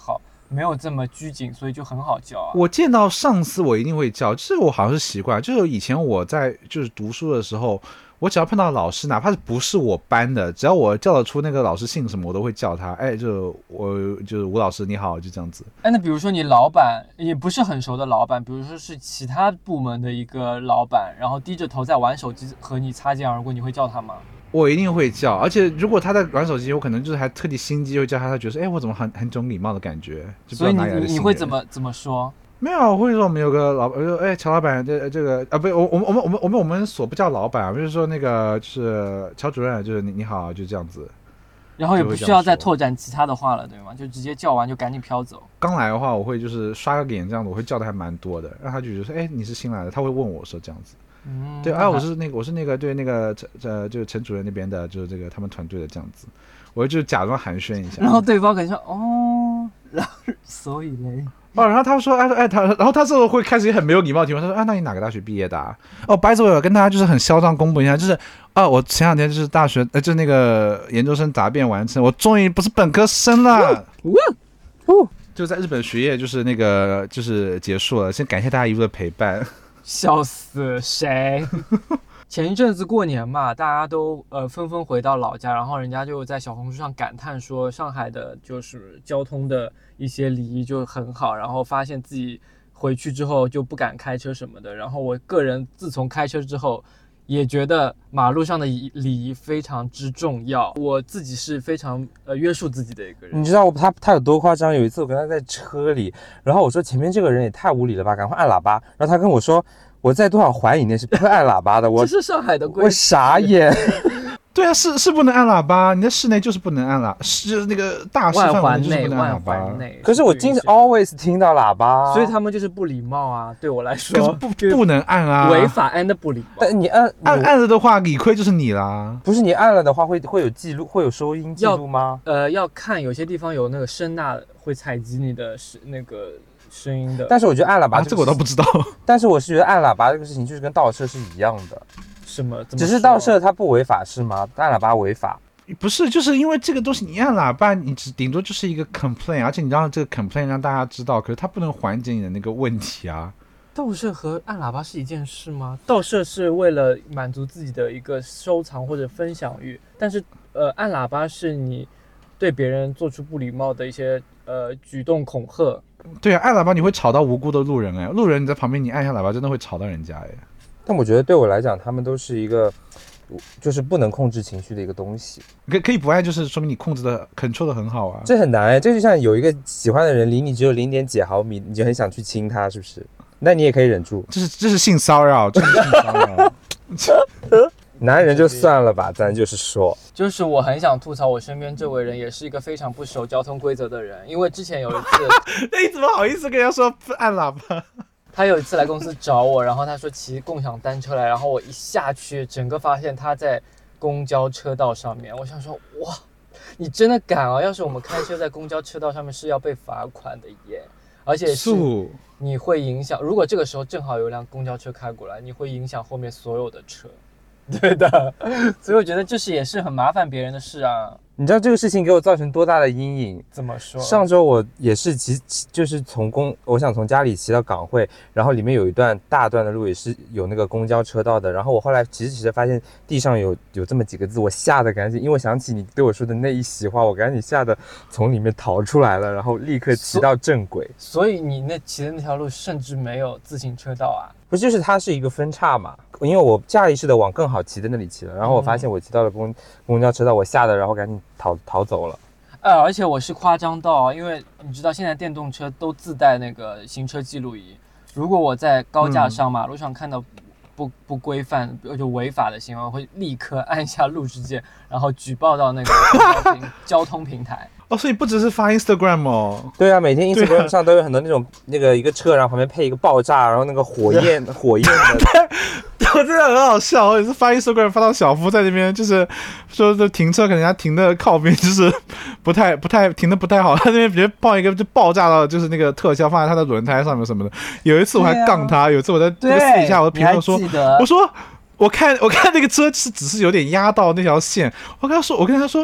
没有这么拘谨，所以就很好叫啊。 我见到上司我一定会叫，这个我好像是习惯。就是以前我在就是读书的时候，我只要碰到老师，哪怕是不是我班的，只要我叫得出那个老师姓什么，我都会叫他。哎，就是吴老师你好，就这样子。 哎，那比如说你老板也不是很熟的老板，比如说是其他部门的一个老板，然后低着头在玩手机和你擦肩而过，你会叫他吗？ 我一定会叫，而且如果他在玩手机，我可能就是还特地心机会叫他，他觉得说，哎，我怎么很种礼貌的感觉，就不知所以道哪里来的你会怎么说？ 没有，我会说我们有个老板，哎，乔老板，这个啊，不，我们所不叫老板，就是说那个就是乔主任，就是你好，就这样子。 然后也不需要再拓展其他的话了，对吗？就直接叫完就赶紧飘走。 刚来的话，我会就是刷个脸这样子，我会叫的还蛮多的，让他就觉得说，哎，你是新来的，他会问我说这样子。对啊，我是那个对那个就是陈主任那边的，就是这个他们团队的这样子，我就假装寒暄一下， 然后对方可能说哦，然后所以嘞， 然后他说然后他这时候会开始很没有礼貌的提问，他说那你哪个大学毕业的啊？哦，by the way，我跟大家就是很嚣张公布一下，就是我前两天就是大学就那个研究生答辩完成，我终于不是本科生了，就在日本学业就是那个就是结束了，先感谢大家一路的陪伴。 笑死谁？前一阵子过年嘛，大家都纷纷回到老家，然后人家就在小红书上感叹说，上海的就是交通的一些礼仪就很好，然后发现自己回去之后就不敢开车什么的。然后我个人自从开车之后，也觉得马路上的礼仪非常之重要。我自己是非常约束自己的一个人。 你知道他有多夸张？有一次我跟他在车里，然后我说前面这个人也太无理了吧，赶快按喇叭。然后他跟我说我在多少环以内是不会按喇叭的。 这是上海的规矩。 我傻眼。 对啊，是不能按喇叭，你在室内就是不能按喇，就是那个大室范围就是不能按喇叭。 万环内。 可是我经常 always 听到喇叭， 所以他们就是不礼貌啊，对我来说。 可是不能按啊， 违法 and 不礼貌。 但你按了的话，理亏就是你啦。 不是你按了的话会有记录，会有收音记录吗？ 要看有些地方有那个声呐会采集你的那个声音的。 但是我觉得按喇叭这个我倒不知道。 但是我是觉得按喇叭这个事情就是跟盗摄是一样的。 什么？ 只是盗摄它不违法是吗？按喇叭违法？ 不是，就是因为这个东西，你按喇叭，你顶多就是一个 complain， 而且你让这个 complain 让大家知道，可是它不能缓解你的那个问题啊。 盗摄和按喇叭是一件事吗？盗摄是为了满足自己的一个收藏或者分享欲，但是按喇叭是你对别人做出不礼貌的一些举动恐吓。 对啊，按喇叭你会吵到无辜的路人哎，路人你在旁边你按一下喇叭真的会吵到人家哎。 但我觉得对我来讲，他们都是一个就是不能控制情绪的一个东西。 可以不爱，就是说明你控制的 control 的很好啊。 这很难哎，这就像有一个喜欢的人离你只有0点几毫米，你就很想去亲他，是不是？那你也可以忍住。 这是性骚扰，这是性骚扰。 男人就算了吧，咱就是说， 就是我很想吐槽我身边这位人，也是一个非常不守交通规则的人。因为之前有一次， 那你怎么好意思跟人家说按喇叭？ 他有一次来公司找我，然后他说骑共享单车来，然后我一下去，整个发现他在公交车道上面。我想说，哇，你真的敢啊！要是我们开车在公交车道上面是要被罚款的耶，而且是你会影响。如果这个时候正好有辆公交车开过来，你会影响后面所有的车。对的，所以我觉得这是也是很麻烦别人的事啊。 你知道这个事情给我造成多大的阴影？ 怎么说？ 上周我也是就是我想从家里骑到港汇，然后里面有一段大段的路也是有那个公交车道的，然后我后来骑着发现地上有这么几个字，我吓得赶紧，因为我想起你对我说的那一席话，我赶紧吓得从里面逃出来了，然后立刻骑到正轨。所以你骑的那条路甚至没有自行车道啊？ 不是，就是它是一个分岔嘛，因为我下意识的往更好骑的那里骑了，然后我发现我骑到了公交车道，我吓得然后赶紧逃走了。 而且我是夸张到，因为你知道现在电动车都自带那个行车记录仪，如果我在高架上马路上看到不规范就违法的行为，我会立刻按下录制键，然后举报到那个交通平台。 哦，所以不只是发 Instagram 哦。 对啊，每天 Instagram 上都有很多那种一个车，然后旁边配一个爆炸，然后那个火焰的。 我真的很好笑，我也是发 Instagram 发到小夫在那边，就是说这停车可能人家停的靠边，就是不太停的不太好，他那边直接放一个就爆炸到就是那个特效放在他的轮胎上面什么的。有一次我还杠他，有一次我在私底下我的评论说，我说我看那个车只是有点压到那条线，我跟他说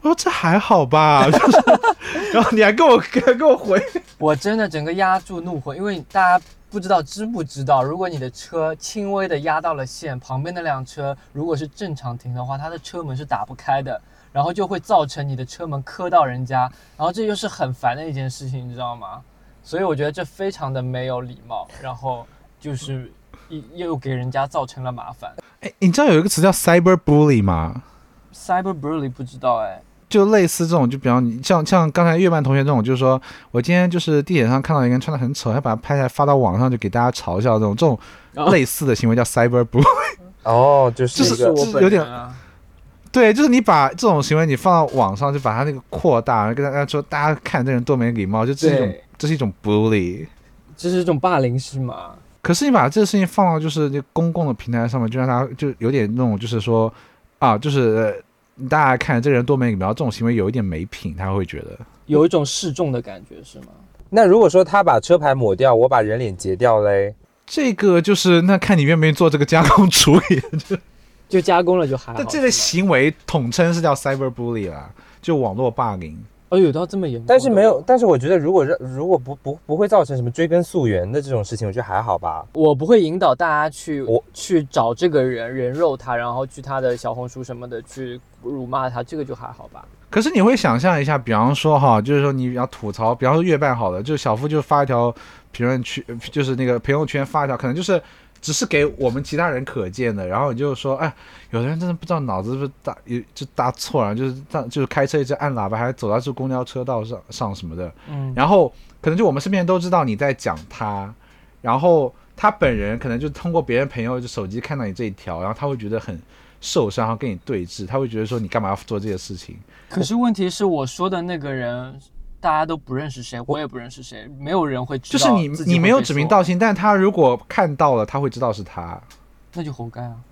我说这还好吧，就是，然后你还跟我回， 我真的整个压住怒火，因为大家不知道知不知道，如果你的车轻微的压到了线，旁边那辆车如果是正常停的话，它的车门是打不开的，然后就会造成你的车门磕到人家，然后这就是很烦的一件事情，你知道吗？所以我觉得这非常的没有礼貌，然后就是又给人家造成了麻烦。 哎，你知道有一个词叫 cyberbully 吗？ Cyberbully 不知道哎。 就类似这种，就比方你像刚才月半同学这种，就是说我今天就是地铁上看到一个人穿得很丑，还把他拍下来发到网上，就给大家嘲笑这种类似的行为叫 cyberbully。 哦，就是有点，对，就是你把这种行为你放到网上，就把它那个扩大，跟大家说大家看这人多没礼貌，就这是一种 bully， 这是一种霸凌是吗？ 可是你把这个事情放到就是公共的平台上面，就让大家就有点那种就是说啊，就是大家看这个人多没礼貌，这种行为有一点没品，他会觉得有一种示众的感觉是吗？ 那如果说他把车牌抹掉，我把人脸截掉嘞， 这个就是那看你愿不愿意做这个加工处理， 就加工了就还好。 但这个行为统称是叫 cyberbully 啦，就网络霸凌。 哦，有到这么严重？ 但是没有，但是我觉得如果不会造成什么追根溯源的这种事情，我觉得还好吧。 我不会引导大家去找这个人肉他，然后去他的小红书什么的去辱骂他，这个就还好吧。 可是你会想象一下，比方说哈，就是说你要吐槽，比方说月半好了，就是小夫就发一条评论区，就是那个朋友圈发一条，可能就是只是给我们其他人可见的，然后你就说，哎，有的人真的不知道脑子是不是搭错了，就是开车一直按喇叭，还走到这公交车道上什么的，然后可能就我们身边人都知道你在讲他，然后他本人可能就通过别人朋友就手机看到你这一条，然后他会觉得很受伤，然后跟你对峙，他会觉得说你干嘛要做这些事情？ 可是问题是我说的那个人大家都不认识谁，我也不认识谁，没有人会知道。 就是你没有指名道姓，但他如果看到了，他会知道是他， 那就活该啊。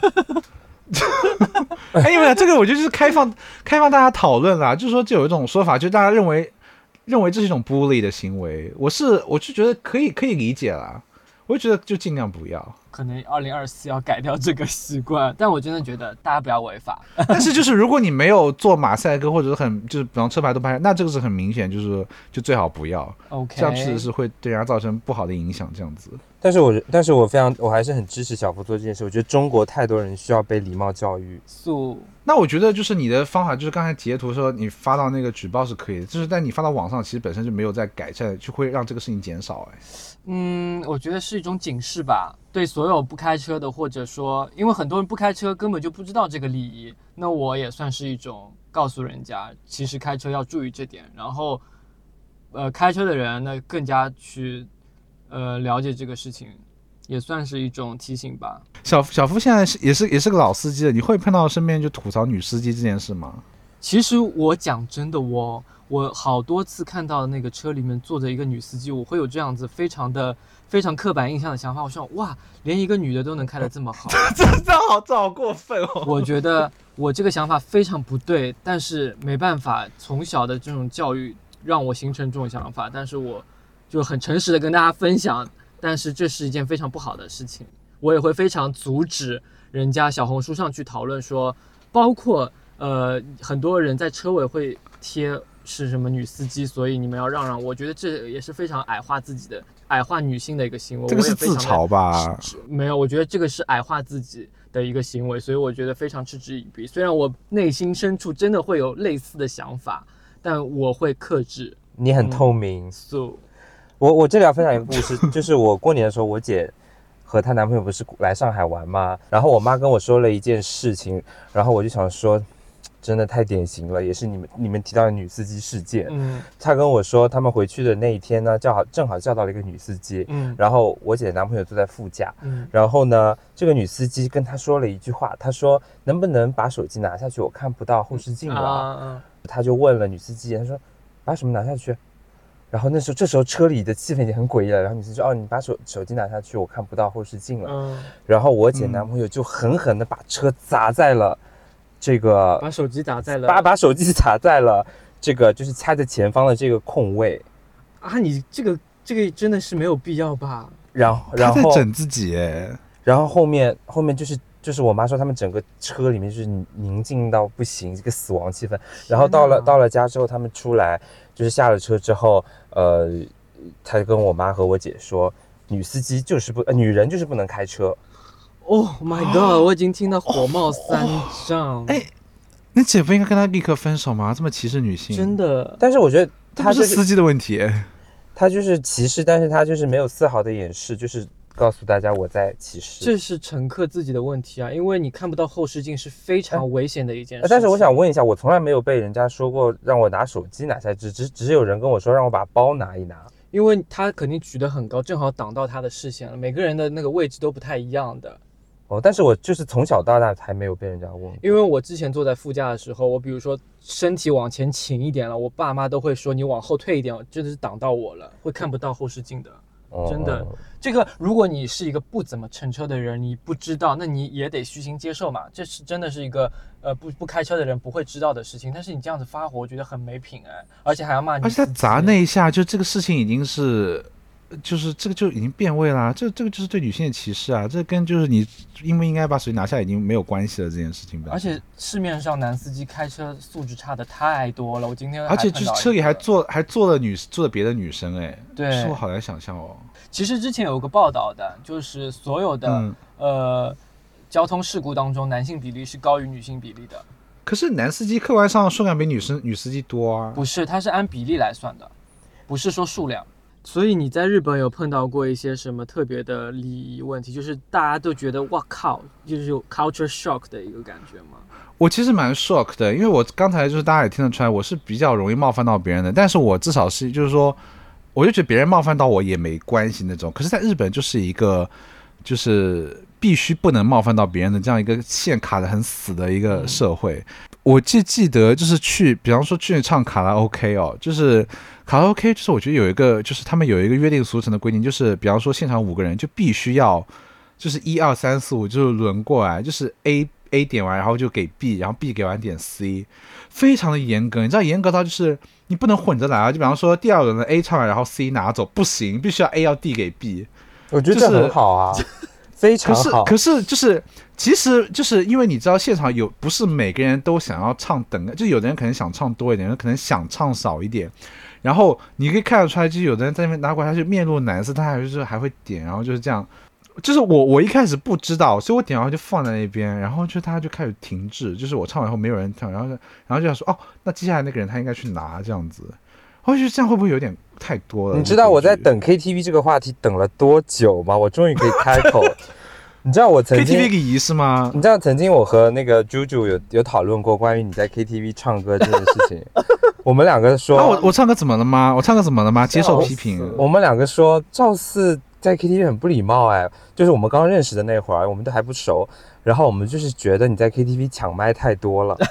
哎，因为这个我觉得就是开放大家讨论啦，就是说就有一种说法，就大家认为这是一种 bully 的行为，我就觉得可以理解啦，我就觉得就尽量不要。 可能2024要改掉这个习惯，但我真的觉得大家不要违法。 但是就是如果你没有做马赛克，或者是就是比方车牌都拍，那这个是很明显，就最好不要。 OK， 这样确实是会对人家造成不好的影响，这样子。 但是我还是很支持小夫做这件事。我觉得中国太多人需要被礼貌教育。 那我觉得就是你的方法，就是刚才截图说你发到那个举报是可以的，就是但你发到网上，其实本身就没有在改善，就会让这个事情减少。 我觉得是一种警示吧，对所有不开车的，或者说因为很多人不开车根本就不知道这个礼仪，那我也算是一种告诉人家，其实开车要注意这点，然后开车的人呢更加去了解这个事情，也算是一种提醒吧。小夫现在也是个老司机了，你会碰到身边就吐槽女司机这件事吗？ 其实我讲真的，我好多次看到那个车里面坐着一个女司机，我会有这样子非常刻板印象的想法。我说哇，连一个女的都能开得这么好， 这好过分哦！ 我觉得我这个想法非常不对，但是没办法，从小的这种教育让我形成这种想法，但是我就很诚实的跟大家分享。但是这是一件非常不好的事情，我也会非常阻止人家小红书上去讨论说，包括很多人在车尾会贴是什么女司机，所以你们要让让。我觉得这也是非常矮化女性的一个行为。 这个是自嘲吧？ 没有，我觉得这个是矮化自己的一个行为，所以我觉得非常嗤之以鼻。虽然我内心深处真的会有类似的想法，但我会克制。 你很透明。我这里要分享一个故事，就是我过年的时候，我姐和她男朋友不是来上海玩吗？然后我妈跟我说了一件事情，然后我就想说，真的太典型了，也是你们提到的女司机事件。她跟我说，他们回去的那一天呢，正好叫到了一个女司机。然后我姐的男朋友坐在副驾。然后呢，这个女司机跟他说了一句话，她说能不能把手机拿下去，我看不到后视镜了。她就问了女司机，她说把什么拿下去？然后这时候车里的气氛已经很诡异了，然后女司机说哦，你把手机拿下去，我看不到后视镜了。然后我姐男朋友就狠狠的把车砸在了这个， 把手机砸在了这个就是掐在前方的这个空位啊！你这个真的是没有必要吧？ 然后他在整自己哎， 然后后面就是就是我妈说他们整个车里面就是宁静到不行，这个死亡气氛。然后到了家之后，他们出来就是下了车之后，他跟我妈和我姐说，女司机就是女人就是不能开车。 Oh my god！ 我已经听到火冒三丈。 哎，那姐夫应该跟他立刻分手吗？这么歧视女性， 真的。 但是我觉得他是司机的问题， 他就是歧视，但是他就是没有丝毫的掩饰，就是告诉大家我在歧视。 这是乘客自己的问题啊，因为你看不到后视镜是非常危险的一件事。 但是我想问一下，我从来没有被人家说过让我拿手机拿下，只是有人跟我说让我把包拿一拿。 因为他肯定举得很高，正好挡到他的视线了。每个人的那个位置都不太一样的。 但是我就是从小到大还没有被人家问过。 因为我之前坐在副驾的时候，我比如说身体往前倾一点了，我爸妈都会说你往后退一点，真的是挡到我了，会看不到后视镜的。真的，这个如果你是一个不怎么乘车的人，你不知道，那你也得虚心接受嘛。这是真的是一个不开车的人不会知道的事情。但是你这样子发火，我觉得很没品哎，而且还要骂你。 而且他砸那一下，就这个事情已经是。就是这个就已经变味啦，这个就是对女性的歧视啊，这跟就是你应不应该把手机拿下已经没有关系了这件事情。 而且市面上男司机开车素质差的太多了，我今天而且就是车里还坐了别的女生，哎， 对， 是我好难想象哦。 其实之前有个报道的，就是所有的、交通事故当中，男性比例是高于女性比例的。 可是男司机客观上数量比女司机多啊。 不是，它是按比例来算的，不是说数量。所以你在日本有碰到过一些什么特别的礼仪问题，就是大家都觉得哇靠，就是有 culture shock 的一个感觉吗？ 我其实蛮 shock 的，因为我刚才就是大家也听得出来，我是比较容易冒犯到别人的，但是我至少是就是说，我就觉得别人冒犯到我也没关系那种。可是在日本就是一个就是必须不能冒犯到别人的这样一个线卡得很死的一个社会。我记得就是比方说去唱卡拉 OK 哦，就是卡拉 OK， 就是我觉得有一个就是他们有一个约定俗成的规定，就是比方说现场5个人就必须要就是1、2、3、4、5就是轮过来，就是 A 点完然后就给 B， 然后 B 给完点 C， 非常的严格。你知道严格到就是你不能混着来啊，就比方说第2轮的 A 唱完然后 C 拿走不行，必须要 A 要递给 B。 我觉得这很好啊。非常好。 可是就是其实就是因为你知道现场不是每个人都想要唱等，就有的人可能想唱多一点，有人可能想唱少一点，然后你可以看得出来，就是有的人在那边拿过来，他就面露难色，他还会点，然后就是这样。就是我一开始不知道，所以我点完就放在那边，然后就大家就开始停滞，就是我唱完后没有人唱，然后就想说那接下来那个人他应该去拿这样子。我觉得这样会不会有点太多了？ 你知道我在等 KTV 这个话题等了多久吗？我终于可以开口。你知道我曾经 KTV 礼仪是吗？ 你知道曾经我和那个 Juju 有讨论过关于你在 KTV 唱歌这件事情。我们两个说， 我唱歌怎么了吗？接受批评。 我们两个说，赵四在 KTV 很不礼貌哎，就是我们刚认识的那会儿，我们都还不熟，然后我们就是觉得你在 KTV 抢麦太多了。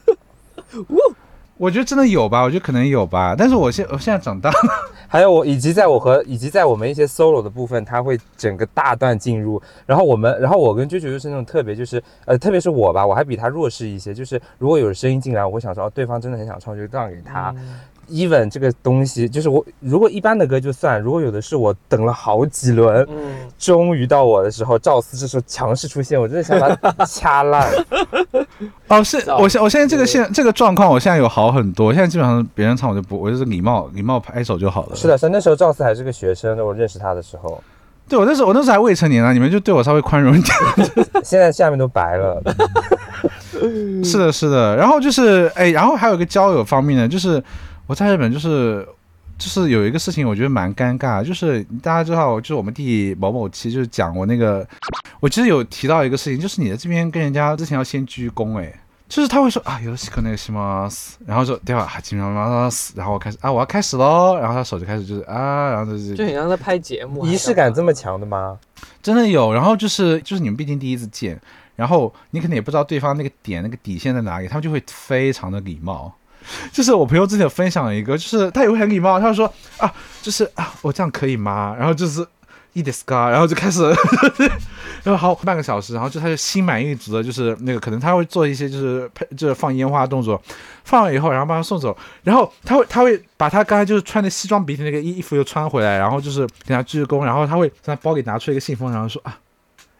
我觉得真的有吧，我觉得可能有吧，但是我现在长大了， 还有以及在我们一些 solo 的部分，它会整个大段进入，然后我跟啾啾就是那种特别就是特别是我吧，我还比他弱势一些，就是如果有声音进来，我会想说对方真的很想唱，就让给他。even 这个东西就是我如果一般的歌就算，如果有的是我等了好几轮，终于到我的时候，赵四这时候强势出现，我真的想把他掐烂。 是我现在这个状况，我现在有好很多。现在基本上别人唱我就是礼貌拍手就好了。 是的，那时候赵四还是个学生，我认识他的时候。 对，我那时候还未成年啊，你们就对我稍微宽容一点。 现在下面都白了。 是的，然后就是然后还有一个交友方面呢，就是我在日本就是有一个事情我觉得蛮尴尬，就是大家知道，就是我们第某某期就是讲我其实有提到一个事情，就是你在这边跟人家之前要先鞠躬，就是他会说よろしくお願いします，然后说では始めます，然后我要开始咯，然后他手就开始就是然后就很像在拍节目， 仪式感这么强的吗？ 真的有，然后就是你们毕竟第一次见，然后你可能也不知道对方那个点那个底线在哪里，他们就会非常的礼貌。就是我朋友之前有分享一个，就是他也会很礼貌，他就说就是我这样可以吗？然后就是いいですか，然后就开始然后好半个小时，然后他就心满意足的，就是那个可能他会做一些就是放烟花动作，放了以后然后把他送走，然后他会把他刚才就是穿的西装笔挺那个衣服又穿回来，然后就是给他鞠躬，然后他会从他包里拿出一个信封，然后说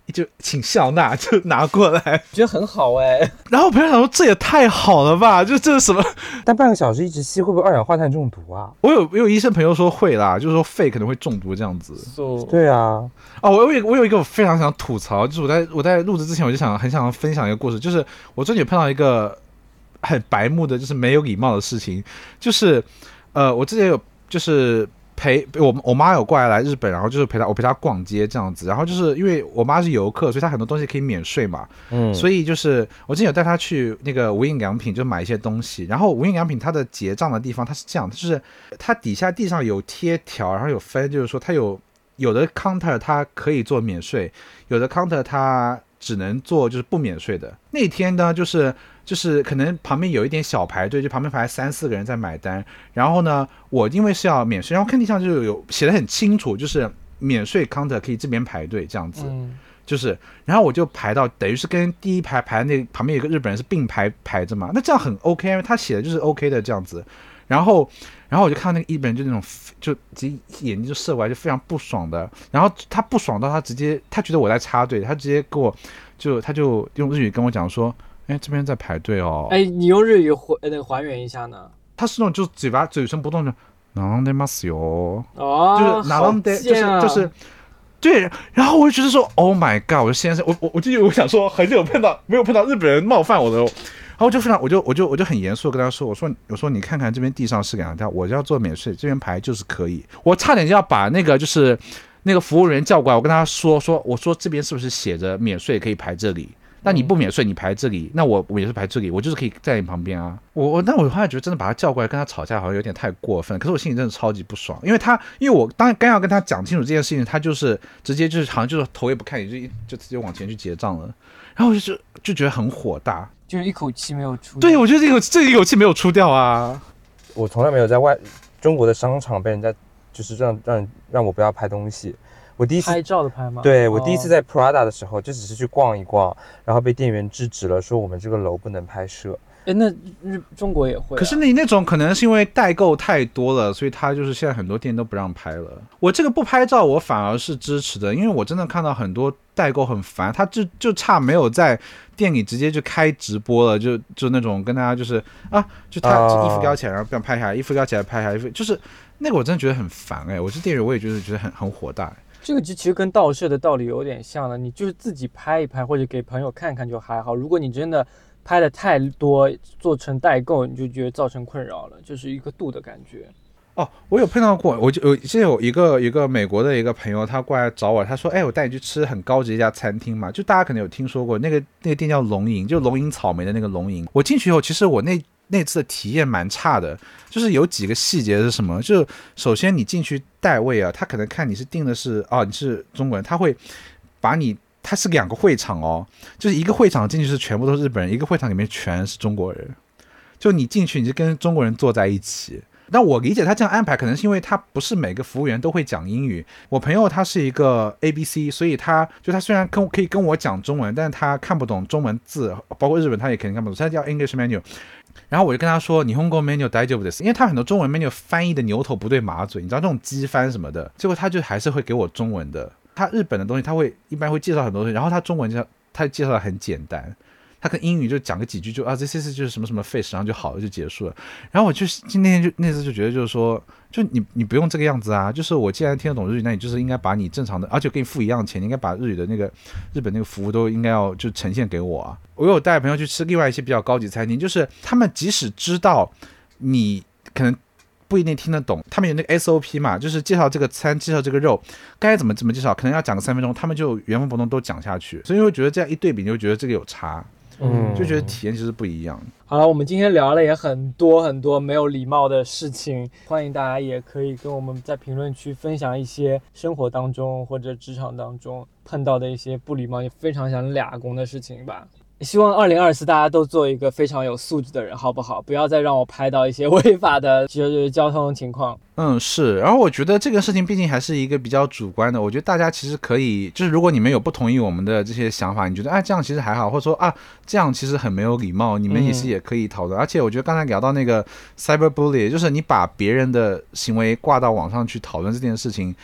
就请笑纳，就拿过来。 觉得很好哎。 然后我朋友想说这也太好了吧，就这是什么？ 但半个小时一直吸会不会二氧化碳中毒啊？ 我有医生朋友说会啦，就是说肺可能会中毒这样子。 对啊。 哦，我有一个我非常想吐槽，就是我在录制之前我就很想分享一个故事，就是我最近碰到一个很白目的，就是没有礼貌的事情，就是我之前有就是陪我妈有过来日本，然后就是我陪她逛街这样子，然后就是因为我妈是游客，所以她很多东西可以免税嘛，所以就是我之前有带她去那个无印良品就买一些东西，然后无印良品它的结账的地方它是这样，就是它地上有贴条，然后有分，就是说它有的 counter 它可以做免税，有的 counter 它只能做就是不免税的。那天呢，就是可能旁边有一点小排队，就旁边排3-4个人在买单。然后呢，我因为是要免税，然后看地上就有写得很清楚，就是免税 counter 可以这边排队这样子。就是，然后我就排到，等于是跟第一排那旁边有个日本人是并排着嘛，那这样很 OK， 因为他写的就是 OK 的这样子。然后我就看到那个日本人就那种就直接眼睛就射过来，就非常不爽的。然后他不爽到他觉得我在插队，他直接跟我他就用日语跟我讲说，哎，这边在排队哦。 哎，你用日语还原一下呢？ 他是那种就是嘴唇不动的，なんでますよ。 哦， 就是なんで就是。对，然后我就觉得说 ，Oh my god！ 我就先生，我想说，很久没有碰到日本人冒犯我的，然后我就非常，我就很严肃跟他说，我说你看看这边地上是两条，我要做免税，这边排就是可以。我差点就要把那个就是那个服务人叫过来，我跟他说我说这边是不是写着免税可以排这里？那你不免税，你排这里，那我也是排这里，我就是可以在你旁边啊。但我后来觉得真的把他叫过来跟他吵架好像有点太过分，可是我心里真的超级不爽，因为我刚要跟他讲清楚这件事情，他就是直接就是好像就是头也不看，就直接往前去结账了，然后我就觉得很火大， 就是一口气没有出掉。 对，我觉得这一口气没有出掉啊。 我从来没有在中国的商场被人家就是让我不要拍东西。我第一次拍照的拍吗？ 对，我第一次在 Prada 的时候，就只是去逛一逛，然后被店员制止了，说我们这个楼不能拍摄。 哎，那中国也会、 可是你那种可能是因为代购太多了，所以他就是现在很多店都不让拍了。我这个不拍照，我反而是支持的，因为我真的看到很多代购很烦，他就差没有在店里直接就开直播了，就那种跟大家就是就他衣服叼起来，然后这样拍下来，衣服叼起来拍下来，衣服就是那个我真的觉得很烦哎，我是店员我也觉得很火大。 这个其实跟盗摄的道理有点像了，你就是自己拍一拍或者给朋友看看就还好，如果你真的拍的太多做成代购，你就觉得造成困扰了，就是一个度的感觉。 哦，我有碰到过，我现在有一个美国的一个朋友，他过来找我，他说，哎，我带你去吃很高级一家餐厅嘛，就大家可能有听说过那个店叫龙吟，就龙吟草莓的那个龙吟。我进去以后，其实我那次的体验蛮差的，就是有几个细节是什么？就首先你进去带位啊，他可能看你是订的是你是中国人，他会把他是2个会场哦，就是一个会场进去是全部都是日本人，一个会场里面全是中国人，就你进去你就跟中国人坐在一起。但我理解他这样安排，可能是因为他不是每个服务员都会讲英语。我朋友他是一个 ABC， 所以他虽然可以跟我讲中文，但是他看不懂中文字，包括日文他也肯定看不懂，他叫 English menu。然后我就跟他说，日本語 menu 大丈夫です，因为他很多中文 menu 翻译的牛头不对马嘴，你知道这种机翻什么的，结果他就还是会给我中文的。他日本的东西他一般会介绍很多东西，然后他中文他介绍的很简单。他跟英语就讲个几句这次就是什么什么 fish， 然后就好了就结束了。然后我就今天那次就觉得就是说，就你不用这个样子啊，就是我既然听得懂日语，那你就是应该把你正常的，而且给你付一样的钱，你应该把日语的那个日本那个服务都应该要就呈现给我啊。我有带朋友去吃另外一些比较高级餐厅，就是他们即使知道你可能不一定听得懂，他们有那个 SOP 嘛，就是介绍这个餐，介绍这个肉该怎么介绍，可能要讲个3分钟，他们就原封不动都讲下去，所以我觉得这样一对比，你就觉得这个有差。就觉得体验其实不一样。 好了，我们今天聊了也很多没有礼貌的事情，欢迎大家也可以跟我们在评论区分享一些生活当中或者职场当中碰到的一些不礼貌也非常想俩公的事情吧。希望2024大家都做一个非常有素质的人，好不好？不要再让我拍到一些违法的交通情况。 是。然后我觉得这个事情毕竟还是一个比较主观的，我觉得大家其实可以，就是如果你们有不同意我们的这些想法，你觉得这样其实还好，或者说这样其实很没有礼貌，你们也可以讨论。而且我觉得刚才聊到那个 cyberbully， 就是你把别人的行为挂到网上去讨论这件事情。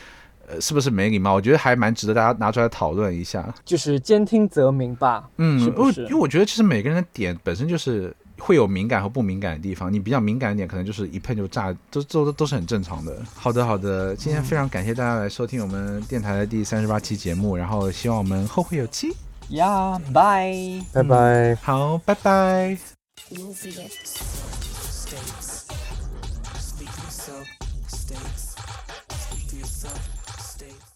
是不是没礼貌？我觉得还蛮值得大家拿出来讨论一下。 就是兼听则明吧。是不是？ 因为我觉得其实每个人的点本身就是会有敏感和不敏感的地方，你比较敏感一点，可能就是一碰就炸，都是很正常的。好的，今天非常感谢大家来收听我们电台的第38期节目，然后希望我们后会有期。 呀，拜拜。 好，拜拜。 Speak for yourself, stakes. Speak for yourself, stakes.